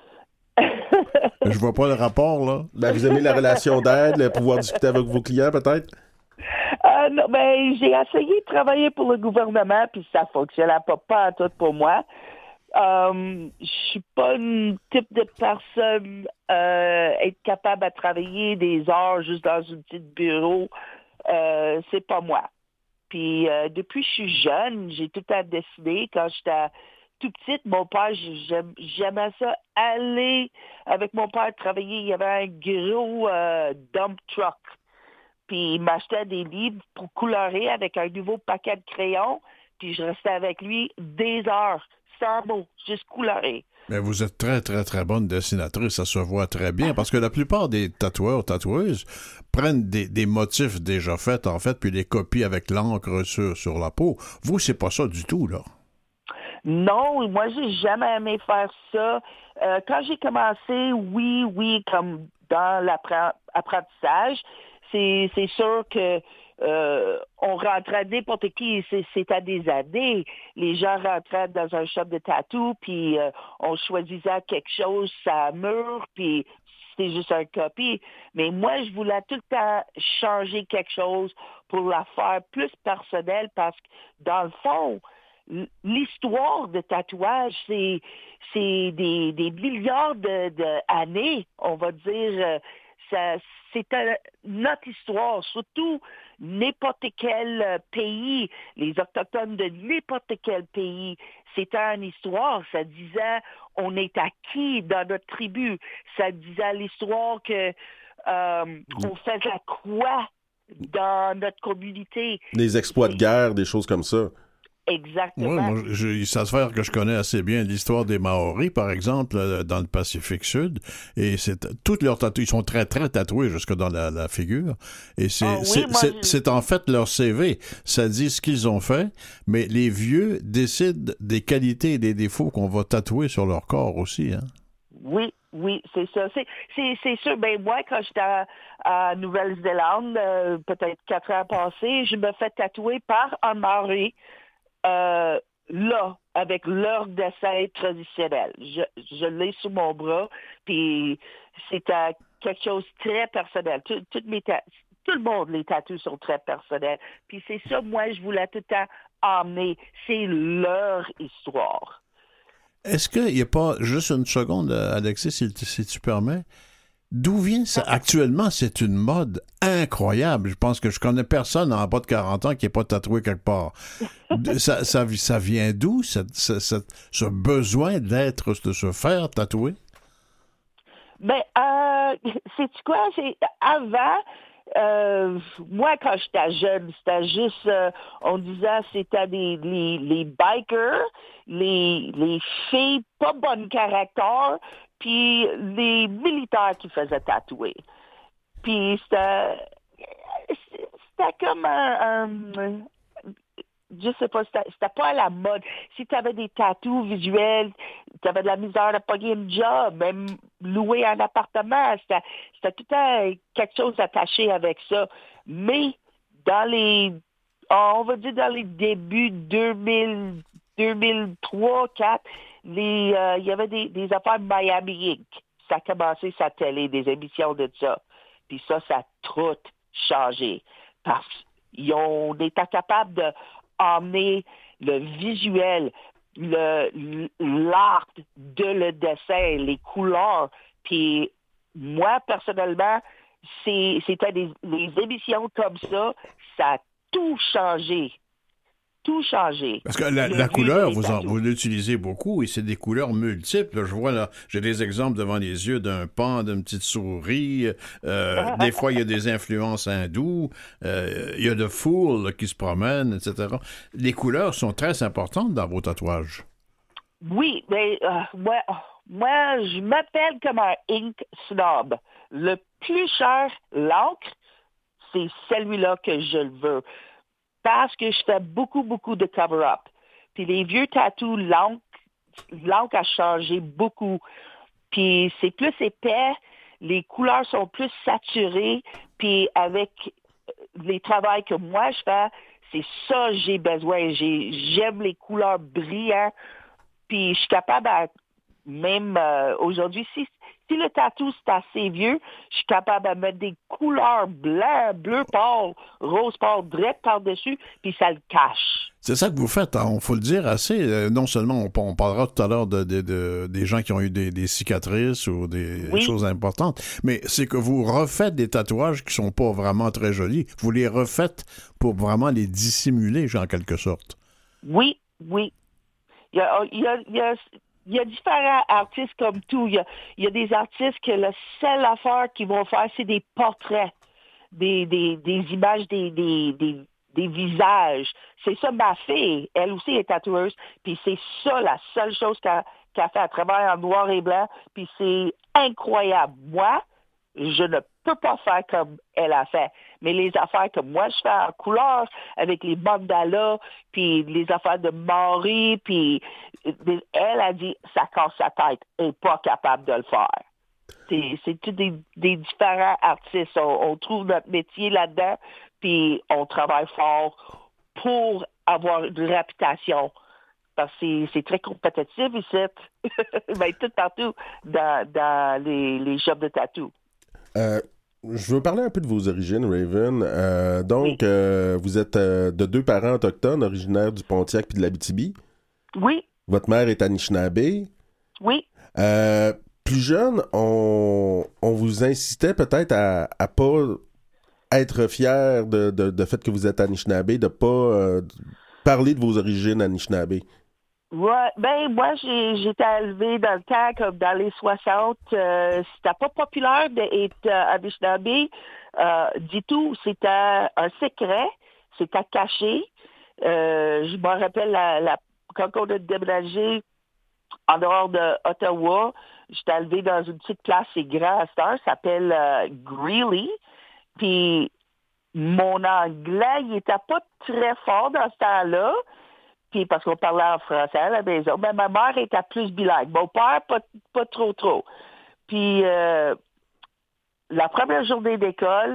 [SPEAKER 2] Je vois pas le rapport, là.
[SPEAKER 1] Ben, vous aimez la relation d'aide, le pouvoir discuter avec vos clients, peut-être?
[SPEAKER 5] Euh, non, ben, j'ai essayé de travailler pour le gouvernement, puis ça fonctionnait pas, pas à tout pour moi. Euh, je suis pas une type de personne euh, être capable de travailler des heures juste dans une petite bureau. Euh, c'est pas moi. Puis euh, depuis que je suis jeune, j'ai tout à décider. Quand j'étais tout petite, mon père, j'aime, j'aimais ça aller avec mon père travailler. Il y avait un gros euh, dump truck. Puis il m'achetait des livres pour colorer avec un nouveau paquet de crayons. Puis je restais avec lui des heures. Sans mots, juste colorer.
[SPEAKER 2] Mais vous êtes très, très, très bonne dessinatrice, ça se voit très bien, parce que la plupart des tatoueurs, tatoueuses, prennent des, des motifs déjà faits, en fait, puis les copient avec l'encre sur, sur la peau. Vous, c'est pas ça du tout, là.
[SPEAKER 5] Non, moi, j'ai jamais aimé faire ça. Euh, quand j'ai commencé, oui, oui, comme dans l'apprentissage. C'est, c'est sûr que euh, on rentrait n'importe qui, c'est, c'est à des années. Les gens rentraient dans un shop de tatou, puis euh, on choisissait quelque chose, ça mur, puis c'était juste un copie. Mais moi, je voulais tout le temps changer quelque chose pour la faire plus personnelle, parce que dans le fond, l'histoire de tatouage, c'est, c'est des, des milliards de, de années, on va dire. Euh, ça, c'est un, notre histoire, surtout n'importe quel pays, les Autochtones de n'importe quel pays. C'était une histoire. Ça disait on est acquis dans notre tribu. Ça disait l'histoire que euh, on faisait quoi dans notre communauté.
[SPEAKER 1] Des exploits de guerre, des choses comme ça.
[SPEAKER 5] Exactement.
[SPEAKER 2] Oui, moi, je, ça se fait que je connais assez bien l'histoire des Maoris, par exemple, dans le Pacifique Sud. Et c'est toutes leurs tatouages, ils sont très, très tatoués jusque dans la, la figure. Et c'est,
[SPEAKER 5] oh, oui,
[SPEAKER 2] c'est,
[SPEAKER 5] moi,
[SPEAKER 2] c'est,
[SPEAKER 5] je...
[SPEAKER 2] c'est en fait leur C V. Ça dit ce qu'ils ont fait, mais les vieux décident des qualités et des défauts qu'on va tatouer sur leur corps aussi. Hein?
[SPEAKER 5] Oui, oui, c'est ça. C'est, c'est, c'est sûr. Ben moi, quand j'étais à, à Nouvelle-Zélande, euh, peut-être quatre ans passés, je me fais tatouer par un Maori. Euh, là, avec leur dessin traditionnel. Je, je l'ai sous mon bras, puis c'était quelque chose de très personnel. Tout, toutes mes ta- tout le monde, les tatous sont très personnels. Puis c'est ça, moi, je voulais tout le temps emmener. C'est leur histoire.
[SPEAKER 2] Est-ce qu'il n'y a pas, juste une seconde, Alexis, si, si tu permets, d'où vient ça? Actuellement, c'est une mode incroyable. Je pense que je connais personne en bas de quarante ans qui n'est pas tatoué quelque part. ça, ça, ça vient d'où, cette, cette, ce besoin d'être, de se faire tatouer?
[SPEAKER 5] Ben, euh, sais-tu quoi? C'est, avant, euh, moi, quand j'étais jeune, c'était juste, euh, on disait, c'était des, les, les bikers, les, les filles pas bonnes caractère, puis les militaires qui faisaient tatouer. Puis c'était, c'était comme un, un je sais pas, c'était, c'était pas à la mode. Si tu avais des tatous visuels, tu avais de la misère à pogner une job, même louer un appartement, c'était, c'était tout un, quelque chose attaché avec ça. Mais dans les, on va dire dans les débuts deux mille, deux mille trois, deux mille quatre, les, euh, il y avait des, des affaires Miami Ink. Ça a commencé sa télé, des émissions de ça. Puis ça, ça a tout changé. Parce qu'on était capable de emmener le visuel, le, l'art de le dessin, les couleurs. Puis moi, personnellement, c'est, c'était des, les émissions comme ça, ça a tout changé. Tout changé.
[SPEAKER 2] Parce que la, la couleur, vous, en, vous l'utilisez beaucoup et c'est des couleurs multiples. Je vois là, j'ai des exemples devant les yeux d'un pan, d'une petite souris. Euh, des fois, il y a des influences hindoues. Euh, il y a de foules qui se promènent, et cetera. Les couleurs sont très importantes dans vos tatouages.
[SPEAKER 5] Oui, mais euh, moi, moi, je m'appelle comme un ink snob. Le plus cher, l'encre, c'est celui-là que je le veux. Parce que je fais beaucoup, beaucoup de cover-up. Puis les vieux tatous, l'encre, l'encre a changé beaucoup. Puis c'est plus épais, les couleurs sont plus saturées, puis avec les travails que moi je fais, c'est ça que j'ai besoin. J'ai, j'aime les couleurs brillantes, puis je suis capable, à, même euh, aujourd'hui, si, si le tatou c'est assez vieux, je suis capable de mettre des couleurs blanc, bleu pâle, rose pâle, direct par-dessus, puis ça le cache.
[SPEAKER 2] C'est ça que vous faites, il hein? faut le dire assez. Euh, non seulement, on, on parlera tout à l'heure de, de, de, des gens qui ont eu des, des cicatrices ou des oui. choses importantes, mais c'est que vous refaites des tatouages qui sont pas vraiment très jolis. Vous les refaites pour vraiment les dissimuler, en quelque sorte.
[SPEAKER 5] Oui, oui. Il y a... Il y a, il y a Il y a différents artistes comme tout. Il y a, il y a des artistes que la seule affaire qu'ils vont faire, c'est des portraits, des, des, des images, des, des, des, des visages. C'est ça, ma fille, elle aussi est tatoueuse, puis c'est ça la seule chose qu'elle, qu'elle fait à travers en noir et blanc, puis c'est incroyable. Moi, je ne peux pas faire comme elle a fait. Mais les affaires que moi, je fais en couleur, avec les mandalas, puis les affaires de Maori, puis elle a dit, ça casse sa tête. Elle n'est pas capable de le faire. C'est, c'est tous des, des différents artistes. On, on trouve notre métier là-dedans, puis on travaille fort pour avoir une réputation. Parce que c'est, c'est très compétitif ici, ben, tout partout dans, dans les, les shops de tatou.
[SPEAKER 1] Euh, je veux parler un peu de vos origines, Raven. Euh, donc,
[SPEAKER 5] Oui.
[SPEAKER 1] euh, vous êtes euh, de deux parents autochtones, originaires du Pontiac puis de l'Abitibi.
[SPEAKER 5] Oui,
[SPEAKER 1] Votre mère est Anishinaabe.
[SPEAKER 5] oui.
[SPEAKER 1] Euh, plus jeune, on, on vous incitait peut-être à, à pas être fier de, de, de fait que vous êtes Anishinaabe, de pas euh, parler de vos origines Anishinaabe.
[SPEAKER 5] Ouais, ben moi j'ai j'étais élevée dans le temps comme dans les soixante. Euh, c'était pas populaire d'être euh, Anishinaabe euh, du tout. C'était un secret, c'était caché. Euh, je me rappelle la, la quand on a déménagé en dehors d'Ottawa, j'étais élevée dans une petite place, c'est grand à cette heure, ça s'appelle euh, Greeley. Puis mon anglais, il était pas très fort dans ce temps-là. Puis parce qu'on parlait en français à la maison. Mais ma mère était plus bilingue. Mon père, pas, pas trop, trop. Puis euh, la première journée d'école,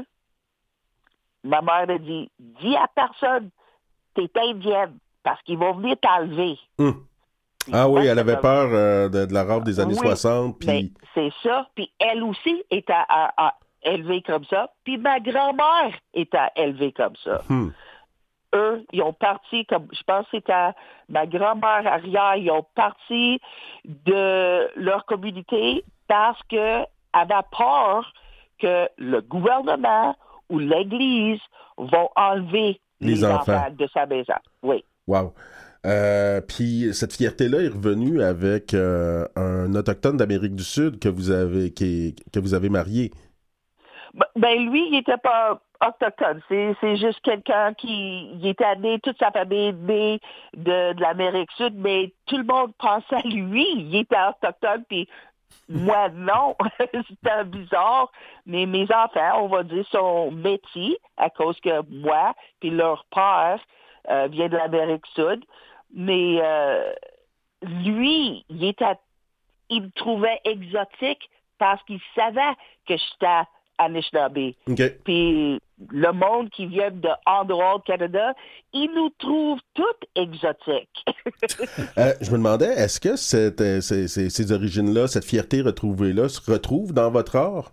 [SPEAKER 5] ma mère a dit, dis à personne, t'es indienne, parce qu'ils vont venir t'enlever.
[SPEAKER 1] Hum.
[SPEAKER 5] Puis
[SPEAKER 1] Ah oui,
[SPEAKER 5] moi,
[SPEAKER 1] elle avait
[SPEAKER 5] comme-
[SPEAKER 1] peur euh, de, de la robe des années
[SPEAKER 5] Oui,
[SPEAKER 1] soixante.
[SPEAKER 5] mais
[SPEAKER 1] Puis...
[SPEAKER 5] c'est ça. Puis elle aussi était à- à- élevée comme ça. Puis ma grand-mère était élevée comme ça.
[SPEAKER 1] Hum.
[SPEAKER 5] Eux, ils ont parti, comme je pense que c'était ma grand-mère arrière, ils ont parti de leur communauté parce que avaient peur que le gouvernement ou l'Église vont enlever
[SPEAKER 1] Les
[SPEAKER 5] les,
[SPEAKER 1] enfants.
[SPEAKER 5] enfants de sa maison. Oui.
[SPEAKER 1] Wow. Euh, puis cette fierté-là est revenue avec euh, un autochtone d'Amérique du Sud que vous avez, qui est- que vous avez marié.
[SPEAKER 5] Ben, ben, lui, il n'était pas autochtone. C'est, c'est juste quelqu'un qui il était né, toute sa famille est née de, de l'Amérique du Sud, mais tout le monde pensait à lui. Il était autochtone, puis moi, non. C'était bizarre. Mais mes enfants, on va dire, sont métis à cause que moi, puis leur père euh, vient de l'Amérique du Sud. Mais euh, lui, il était, il me trouvait exotique parce qu'il savait que j'étais Anishinaabe.
[SPEAKER 1] OK.
[SPEAKER 5] Puis le monde qui vient de en dehors du Canada, il nous trouve toutes exotiques.
[SPEAKER 1] Euh, je me demandais, est-ce que cette, euh, ces, ces- ces origines-là, cette fierté retrouvée-là, se retrouve dans votre art?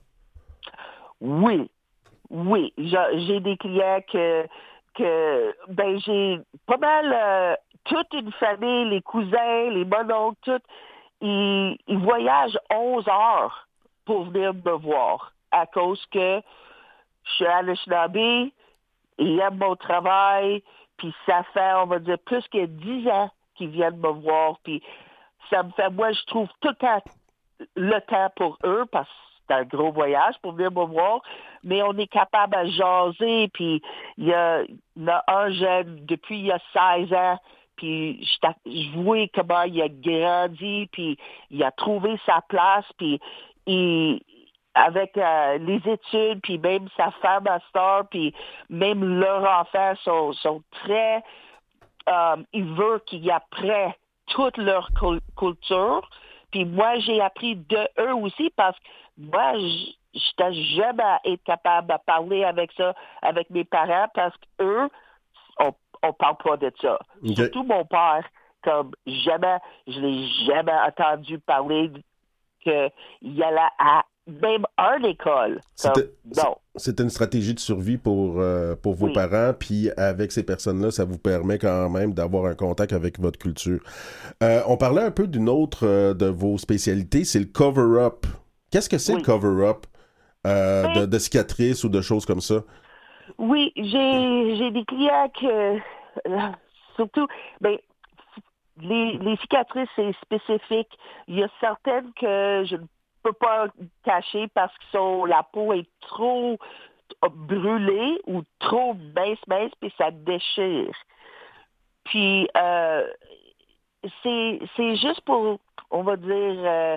[SPEAKER 5] Oui, oui. J'ai j'ai des clients que, que ben j'ai pas mal euh, toute une famille, les cousins, les mononcles, tout, ils, ils voyagent onze heures pour venir me voir à cause que je suis à Anishinaabe, ils aiment mon travail, puis ça fait, on va dire, plus que dix ans qu'ils viennent me voir, puis ça me fait, moi, je trouve tout le temps le temps pour eux, parce que c'est un gros voyage pour venir me voir, mais on est capable à jaser, puis il y, a, il y en a un jeune, depuis il y a seize ans, puis je, t'a- je vois comment il a grandi, puis il a trouvé sa place, puis il, avec euh, les études, puis même sa femme à Star, puis même leurs enfants sont, sont très... Euh, ils veulent qu'ils apprennent toute leur cul- culture. Puis moi, j'ai appris de eux aussi parce que moi, j- j'étais jamais être capable de parler avec ça, avec mes parents, parce qu'eux, on, on parle pas de ça.
[SPEAKER 1] OK.
[SPEAKER 5] Surtout mon père, comme jamais, je l'ai jamais entendu parler qu'il allait à même une école. Comme,
[SPEAKER 1] C'était,
[SPEAKER 5] non.
[SPEAKER 1] c'était une stratégie de survie pour, euh, pour vos
[SPEAKER 5] Oui.
[SPEAKER 1] parents, puis avec ces personnes-là, ça vous permet quand même d'avoir un contact avec votre culture. Euh, on parlait un peu d'une autre euh, de vos spécialités, c'est le cover-up. Qu'est-ce que c'est
[SPEAKER 5] Oui.
[SPEAKER 1] le cover-up euh,
[SPEAKER 5] Ben-
[SPEAKER 1] de, de cicatrices ou de choses comme ça?
[SPEAKER 5] Oui, j'ai j'ai des clients que euh, surtout ben les, les cicatrices c'est spécifique. Il y a certaines que je ne peux pas cacher parce que sont, la peau est trop brûlée ou trop mince mince puis ça déchire. Puis euh, c'est c'est juste pour on va dire euh,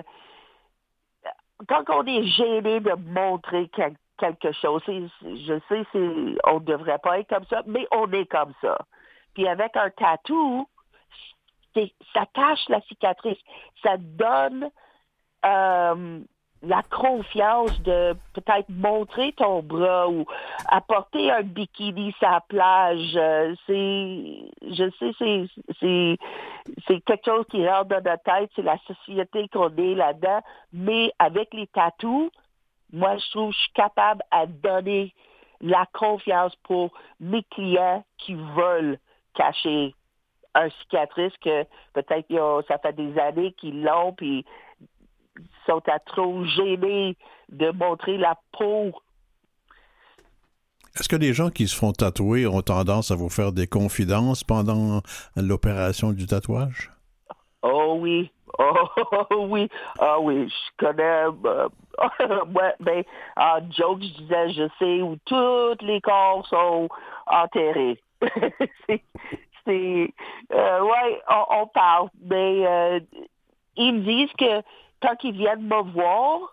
[SPEAKER 5] quand on est gêné de montrer quel- quelque chose, c'est- c'est- je sais, c'est, on ne devrait pas être comme ça, mais on est comme ça. Puis avec un tatou, c'est- ça cache la cicatrice. Ça donne, euh, la confiance de peut-être montrer ton bras ou apporter un bikini sur la plage. Euh, c'est, je sais, c'est, c'est, c'est quelque chose qui rentre dans notre tête, c'est la société qu'on est là-dedans, mais avec les tatous, moi, je trouve que je suis capable à donner la confiance pour mes clients qui veulent cacher un cicatrice que peut-être ils ont, ça fait des années qu'ils l'ont, puis sont à trop gênés de montrer la peau.
[SPEAKER 2] Est-ce que les gens qui se font tatouer ont tendance à vous faire des confidences pendant l'opération du tatouage?
[SPEAKER 5] Oh oui, oh oui, ah oh, oui, je connais, euh, moi, ben, en joke, je disais, je sais où tous les corps sont enterrés. c'est, c'est euh, ouais, on, on parle, mais euh, ils me disent que quand ils viennent me voir,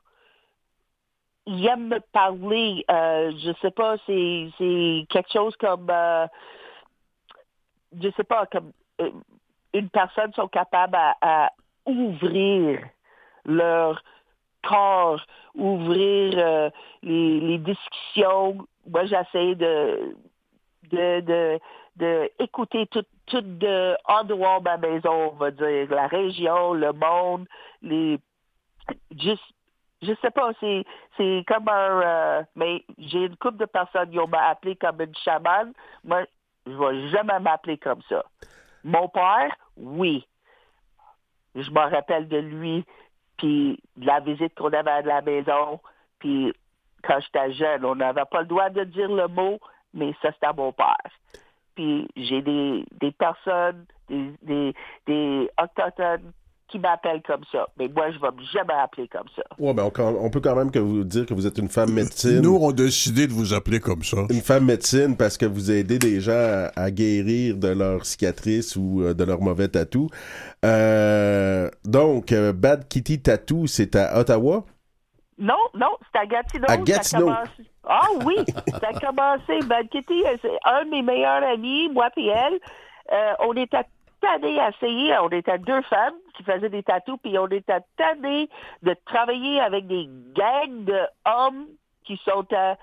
[SPEAKER 5] ils aiment me parler. Euh, je sais pas, c'est, c'est quelque chose comme, euh, je sais pas, comme euh, une personne sont capables à, à ouvrir leur corps, ouvrir euh, les, les discussions. Moi, j'essaie de, de, de, de écouter tout, tout de, en dehors de ma maison, on va dire, la région, le monde, les juste, je sais pas, c'est, c'est comme un, euh, mais j'ai une couple de personnes qui ont appelé comme une chamane. Moi, je vais jamais m'appeler comme ça. Mon père, oui. Je me rappelle de lui, puis de la visite qu'on avait à la maison, puis quand j'étais jeune, on n'avait pas le droit de dire le mot, mais ça, c'était mon père. Puis j'ai des, des personnes, des, des, des autochtones qui m'appellent comme ça. Mais moi, je ne vais jamais appeler comme ça.
[SPEAKER 1] Ouais, ben on, on peut quand même que vous dire que vous êtes une femme médecine.
[SPEAKER 2] Nous, on a décidé de vous appeler comme ça.
[SPEAKER 1] Une femme médecine parce que vous aidez des gens à, à guérir de leurs cicatrices ou euh, de leurs mauvais tatous. Euh, donc, euh, Bad Kitty Tattoo, c'est à Ottawa?
[SPEAKER 5] Non, non, c'est à Gatineau.
[SPEAKER 1] À Gatineau.
[SPEAKER 5] Ça commencé... Ah oui, ça a commencé. Bad Kitty, c'est un de mes meilleurs amis, moi et elle. Euh, on était tannés à essayer. On était deux femmes qui faisaient des tatous, puis on était tannés de travailler avec des gangs d'hommes qui sont à...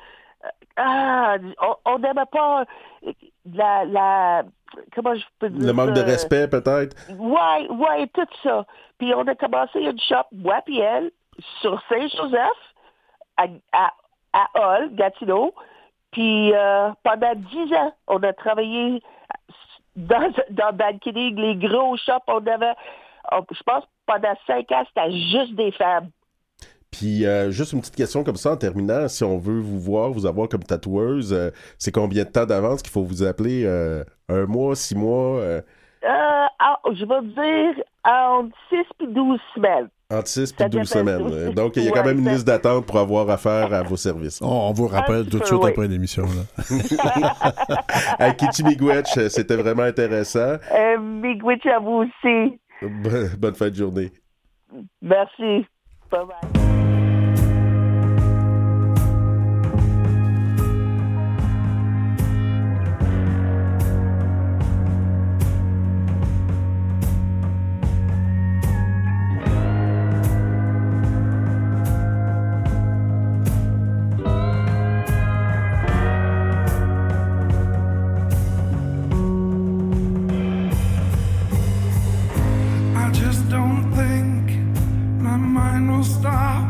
[SPEAKER 5] Ah, on n'aimait pas la, la... Comment je peux dire
[SPEAKER 1] Le manque
[SPEAKER 5] ça?
[SPEAKER 1] de respect, peut-être?
[SPEAKER 5] Ouais, ouais, tout ça. Puis on a commencé une shop, moi et elle, sur Saint-Joseph, à, à, à Hull, Gatineau. Puis euh, pendant dix ans, on a travaillé dans, dans Bad Kitty, les gros shops. On avait, on, je pense, pendant cinq ans, c'était juste des femmes.
[SPEAKER 1] Puis, euh, juste une petite question comme ça en terminant. Si on veut vous voir, vous avoir comme tatoueuse, euh, c'est combien de temps d'avance qu'il faut vous appeler? Euh, un mois, six mois? Euh...
[SPEAKER 5] Euh, je vais dire entre six et douze semaines.
[SPEAKER 1] Entre six et douze semaines. Donc, il y a quand même une liste d'attente pour avoir affaire à vos services.
[SPEAKER 2] On, on vous rappelle tout de suite oui. après l'émission.
[SPEAKER 1] À Kitty Miigwech, c'était vraiment intéressant.
[SPEAKER 5] Euh, Miigwech à vous aussi.
[SPEAKER 1] Bonne, bonne fin de journée.
[SPEAKER 5] Merci. Bye-bye.
[SPEAKER 4] Stop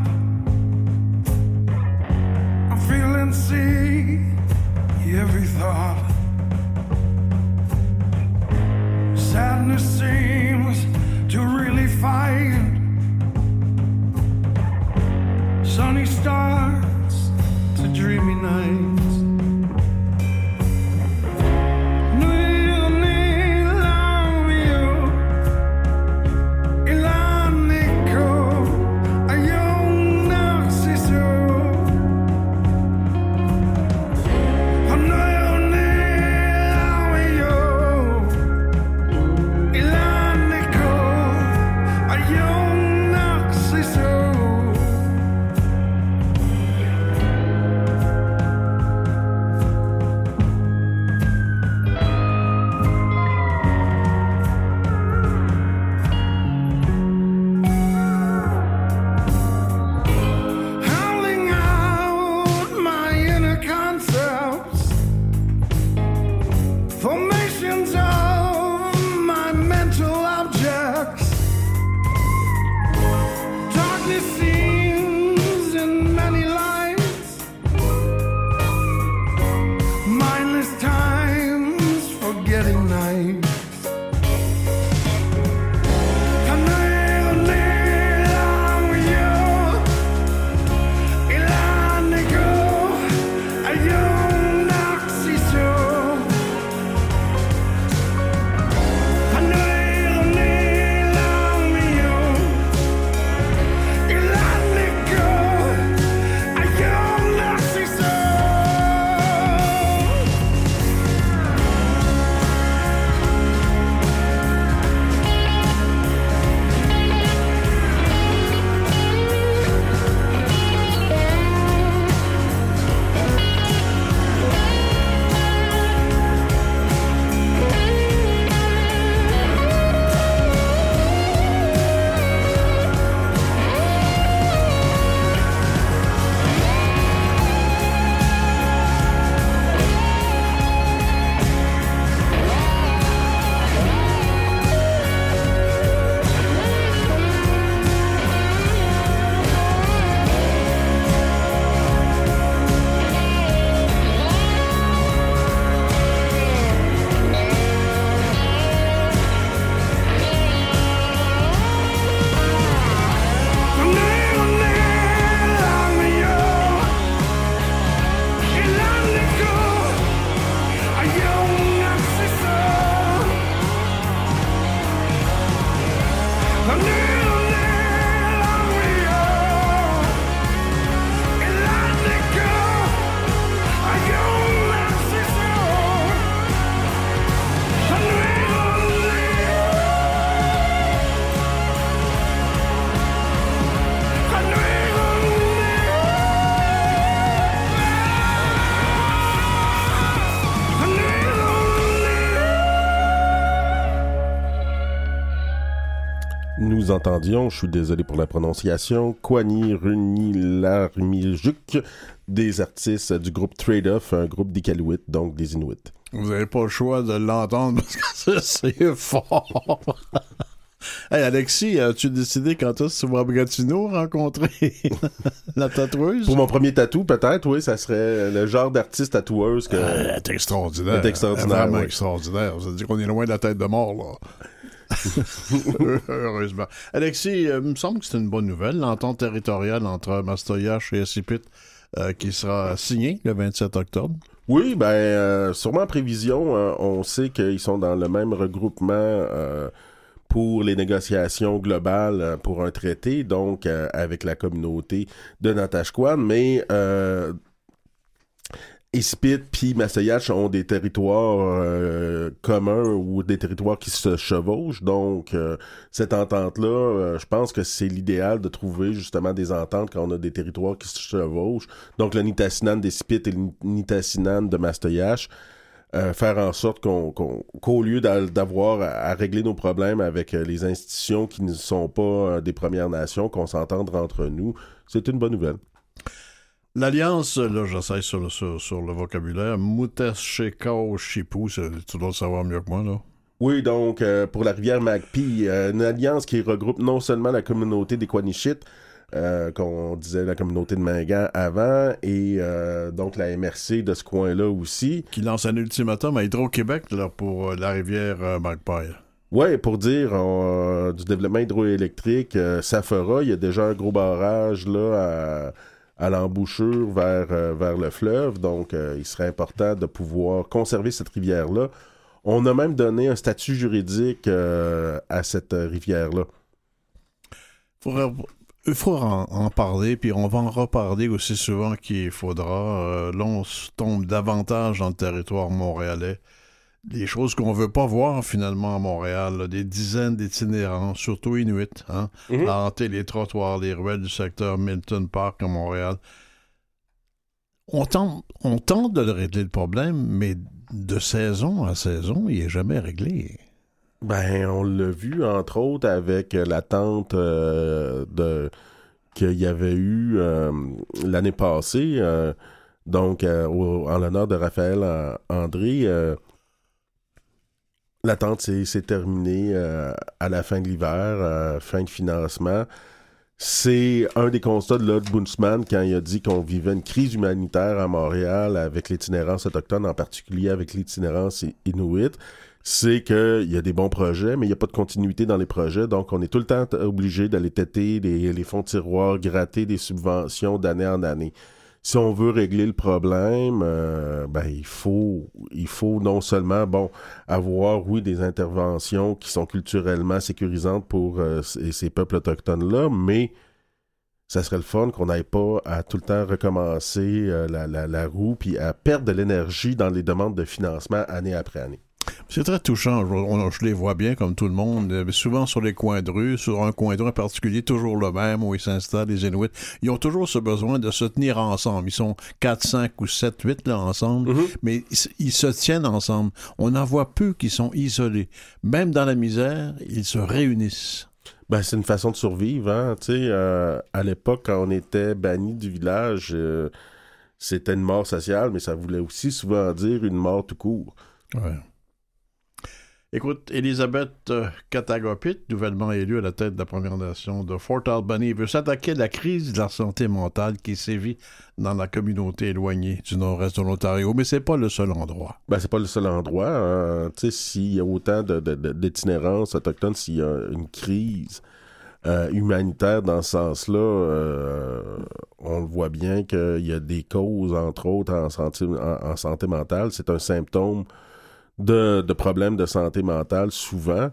[SPEAKER 1] nous entendions, je suis désolé pour la prononciation, Kwani Runilarmijuk, des artistes du groupe Trade-Off, un groupe d'Iqaluit, donc des Inuits.
[SPEAKER 2] Vous n'avez pas le choix de l'entendre parce que c'est fort. Hey Alexis, as-tu décidé quand est-ce que tu vas à Gatineau rencontrer la tatoueuse?
[SPEAKER 1] Pour mon premier tatou, peut-être, oui, ça serait le genre d'artiste tatoueuse que...
[SPEAKER 2] Euh, elle est extraordinaire.
[SPEAKER 1] Elle est extraordinaire,
[SPEAKER 2] Vraiment
[SPEAKER 1] oui.
[SPEAKER 2] extraordinaire. Ça veut dire qu'on est loin de la tête de mort, là. Heureusement. Alexis, euh, il me semble que c'est une bonne nouvelle, l'entente territoriale entre Mastoyache et Sipit euh, qui sera signée le vingt-sept octobre.
[SPEAKER 1] Oui, ben, euh, sûrement en prévision, euh, on sait qu'ils sont dans le même regroupement euh, pour les négociations globales euh, pour un traité, donc euh, avec la communauté de Natashquan, mais euh, Ispit puis Mastoyache ont des territoires euh, communs ou des territoires qui se chevauchent, donc euh, cette entente-là, euh, je pense que c'est l'idéal de trouver justement des ententes quand on a des territoires qui se chevauchent, donc le Nitassinan d'Ispit et le Nitassinan de Mastoyache. Euh, faire en sorte qu'on, qu'on, qu'au lieu d'a, d'avoir à, à régler nos problèmes avec euh, les institutions qui ne sont pas euh, des Premières Nations, qu'on s'entende entre nous, c'est une bonne nouvelle.
[SPEAKER 2] L'alliance, là, j'essaie sur le, sur, sur le vocabulaire, Mutashekao Chipou, tu dois le savoir mieux que moi, là.
[SPEAKER 1] Oui, donc, euh, pour la rivière Magpie, euh, une alliance qui regroupe non seulement la communauté des Quanichit, Euh, qu'on disait la communauté de Mingan avant, et euh, donc la M R C de ce coin-là aussi.
[SPEAKER 2] Qui lance un ultimatum à Hydro-Québec là, pour euh, la rivière euh, Magpie.
[SPEAKER 1] Oui, pour dire euh, du développement hydroélectrique, euh, ça fera. Il y a déjà un gros barrage là à, à l'embouchure vers, euh, vers le fleuve, donc euh, il serait important de pouvoir conserver cette rivière-là. On a même donné un statut juridique euh, à cette rivière-là.
[SPEAKER 2] Faudrait... Il faut en, en parler, puis on va en reparler aussi souvent qu'il faudra. Euh, là, on se tombe davantage dans le territoire montréalais. Des choses qu'on veut pas voir finalement à Montréal, là, des dizaines d'itinérants, surtout inuits, hein, mm-hmm. à hanter les trottoirs, les ruelles du secteur Milton Park à Montréal. On tente, on tente de régler le problème, mais de saison à saison, il n'est jamais réglé.
[SPEAKER 1] Ben, on l'a vu, entre autres, avec l'attente euh, de qu'il y avait eu euh, l'année passée, euh, donc euh, au, en l'honneur de Raphaël André. Euh, l'attente s'est, s'est terminée euh, à la fin de l'hiver, euh, fin de financement. C'est un des constats de Lord Bundsman quand il a dit qu'on vivait une crise humanitaire à Montréal avec l'itinérance autochtone, en particulier avec l'itinérance inuit. C'est qu'il y a des bons projets, mais il n'y a pas de continuité dans les projets, donc on est tout le temps obligé d'aller têter les, les fonds de tiroir, gratter des subventions d'année en année. Si on veut régler le problème, euh, ben il faut, il faut non seulement bon avoir, oui, des interventions qui sont culturellement sécurisantes pour euh, ces, ces peuples autochtones-là, mais ça serait le fun qu'on n'aille pas à tout le temps recommencer euh, la, la, la roue puis à perdre de l'énergie dans les demandes de financement année après année.
[SPEAKER 2] C'est très touchant. Je, on, je les vois bien comme tout le monde. Souvent sur les coins de rue, sur un coin de rue en particulier, toujours le même, où ils s'installent, les Inuits. Ils ont toujours ce besoin de se tenir ensemble. Ils sont quatre, cinq ou sept, huit là, ensemble, mm-hmm. mais ils, ils se tiennent ensemble. On en voit peu qui sont isolés. Même dans la misère, ils se réunissent.
[SPEAKER 1] Ben, c'est une façon de survivre. Hein? Tu sais, euh, à l'époque, quand on était banni du village, euh, c'était une mort sociale, mais ça voulait aussi souvent dire une mort tout court.
[SPEAKER 2] Ouais. Écoute, Elisabeth euh, Katagopit, nouvellement élue à la tête de la Première Nation de Fort Albany, veut s'attaquer à la crise de la santé mentale qui sévit dans la communauté éloignée du nord-est de l'Ontario, mais c'est pas le seul endroit.
[SPEAKER 1] Ben, c'est pas le seul endroit. Hein. Tu sais, s'il y a autant de, de, de, d'itinérance autochtone, s'il y a une crise euh, humanitaire dans ce sens-là, euh, on le voit bien qu'il y a des causes, entre autres, en santé, en, en santé mentale. C'est un symptôme De, de problèmes de santé mentale, souvent.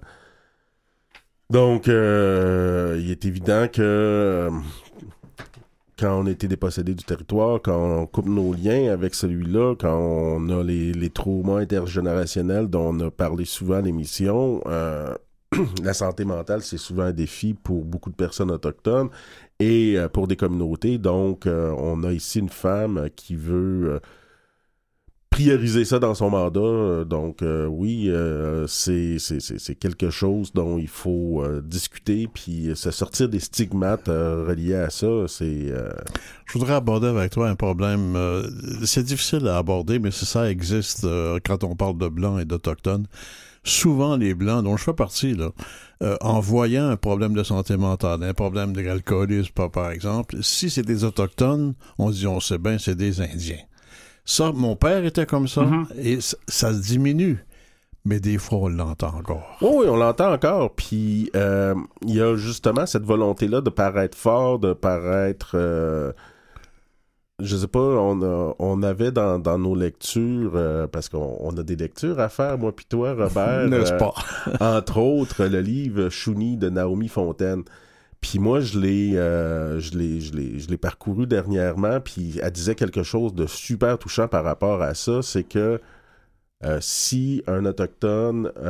[SPEAKER 1] Donc, euh, il est évident que euh, quand on a été dépossédé du territoire, quand on coupe nos liens avec celui-là, quand on a les, les traumas intergénérationnels dont on a parlé souvent à l'émission, euh, la santé mentale, c'est souvent un défi pour beaucoup de personnes autochtones et euh, pour des communautés. Donc, euh, on a ici une femme qui veut... Euh, prioriser ça dans son mandat. Donc, euh, oui, euh, c'est, c'est, c'est, c'est quelque chose dont il faut euh, discuter, puis se sortir des stigmates euh, reliés à ça. C'est. Euh...
[SPEAKER 2] Je voudrais aborder avec toi un problème. Euh, c'est difficile à aborder, mais c'est ça existe euh, quand on parle de Blancs et d'Autochtones. Souvent, les Blancs, dont je fais partie, là, euh, en voyant un problème de santé mentale, un problème d'alcoolisme, par exemple, si c'est des Autochtones, on dit, on sait bien, c'est des Indiens. Ça, mon père était comme ça, mm-hmm. et ça, ça se diminue. Mais des fois, on l'entend encore.
[SPEAKER 1] Oui, oui, on l'entend encore. Puis, euh, il y a justement cette volonté-là de paraître fort, de paraître... Euh, je sais pas, on, a, on avait dans, dans nos lectures, euh, parce qu'on on a des lectures à faire, moi puis toi, Robert.
[SPEAKER 2] N'est-ce pas?
[SPEAKER 1] euh, entre autres, le livre « Chouni » de Naomi Fontaine. Puis moi, je l'ai, euh, je l'ai, je l'ai, je l'ai parcouru dernièrement, puis elle disait quelque chose de super touchant par rapport à ça, c'est que euh, si un Autochtone a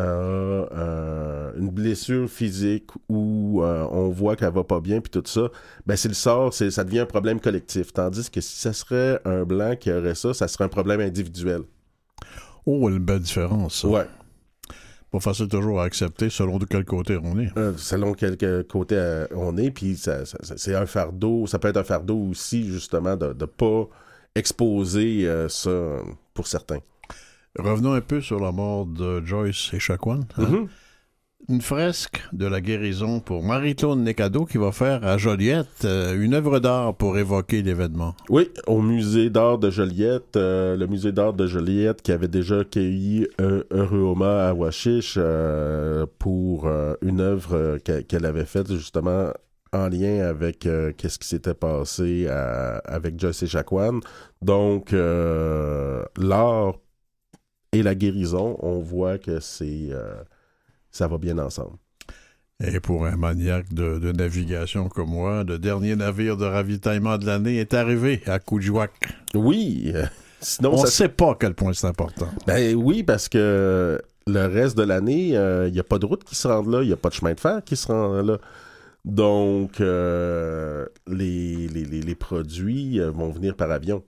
[SPEAKER 1] euh, une blessure physique ou euh, on voit qu'elle va pas bien, puis tout ça, ben c'est le sort, c'est, ça devient un problème collectif. Tandis que si ça serait un Blanc qui aurait ça, ça serait un problème individuel.
[SPEAKER 2] Oh, une belle différence, ça.
[SPEAKER 1] Ouais.
[SPEAKER 2] Pas facile toujours à accepter selon de quel côté on est.
[SPEAKER 1] Euh, selon quel côté euh, on est, puis ça, ça, ça, c'est un fardeau, ça peut être un fardeau aussi, justement, de ne pas exposer euh, ça pour certains.
[SPEAKER 2] Revenons un peu sur la mort de Joyce Echaquan. Hein? Mm-hmm. Une fresque de la guérison pour Marie-Claude Nécado qui va faire à Joliette euh, une œuvre d'art pour évoquer l'événement.
[SPEAKER 1] Oui, au musée d'art de Joliette, euh, le musée d'art de Joliette qui avait déjà accueilli un Ruoma à Washish euh, pour euh, une œuvre euh, qu'elle avait faite justement en lien avec euh, qu'est-ce qui s'était passé à, avec Joyce Echaquan. Donc, euh, l'art et la guérison, on voit que c'est... Euh, ça va bien ensemble.
[SPEAKER 2] Et pour un maniaque de, de navigation comme moi, le dernier navire de ravitaillement de l'année est arrivé à Coudjouac.
[SPEAKER 1] Oui. Euh, sinon,
[SPEAKER 2] on ne
[SPEAKER 1] ça...
[SPEAKER 2] sait pas à quel point c'est important.
[SPEAKER 1] Ben oui, parce que le reste de l'année, il euh, n'y a pas de route qui se rend là, il n'y a pas de chemin de fer qui se rend là. Donc, euh, les, les, les, les produits euh, vont venir par avion.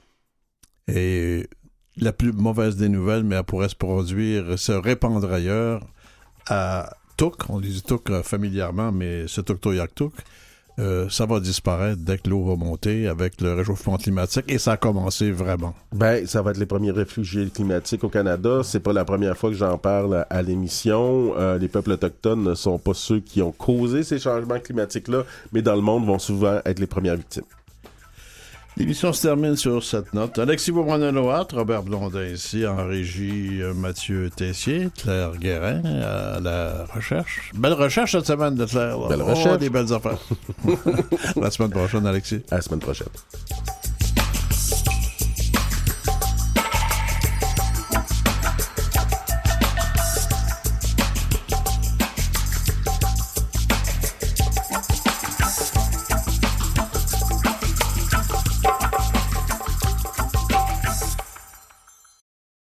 [SPEAKER 2] Et la plus mauvaise des nouvelles, mais elle pourrait se produire, se répandre ailleurs, à Tuk, on dit Tuk euh, familièrement, mais c'est Tuktoyaktuk, euh, ça va disparaître dès que l'eau va monter avec le réchauffement climatique, et ça a commencé vraiment.
[SPEAKER 1] Ben, ça va être les premiers réfugiés climatiques au Canada. C'est pas la première fois que j'en parle à, à l'émission. Euh, les peuples autochtones ne sont pas ceux qui ont causé ces changements climatiques-là, mais dans le monde vont souvent être les premières victimes.
[SPEAKER 2] L'émission se termine sur cette note. Alexis Bourbon-Loat, Robert Blondin ici, en régie, euh, Mathieu Tessier, Claire Guérin à la recherche. Belle recherche cette semaine de Claire. Là.
[SPEAKER 1] Belle
[SPEAKER 2] oh,
[SPEAKER 1] recherche.
[SPEAKER 2] Des belles affaires. La semaine prochaine, Alexis.
[SPEAKER 1] À la semaine prochaine.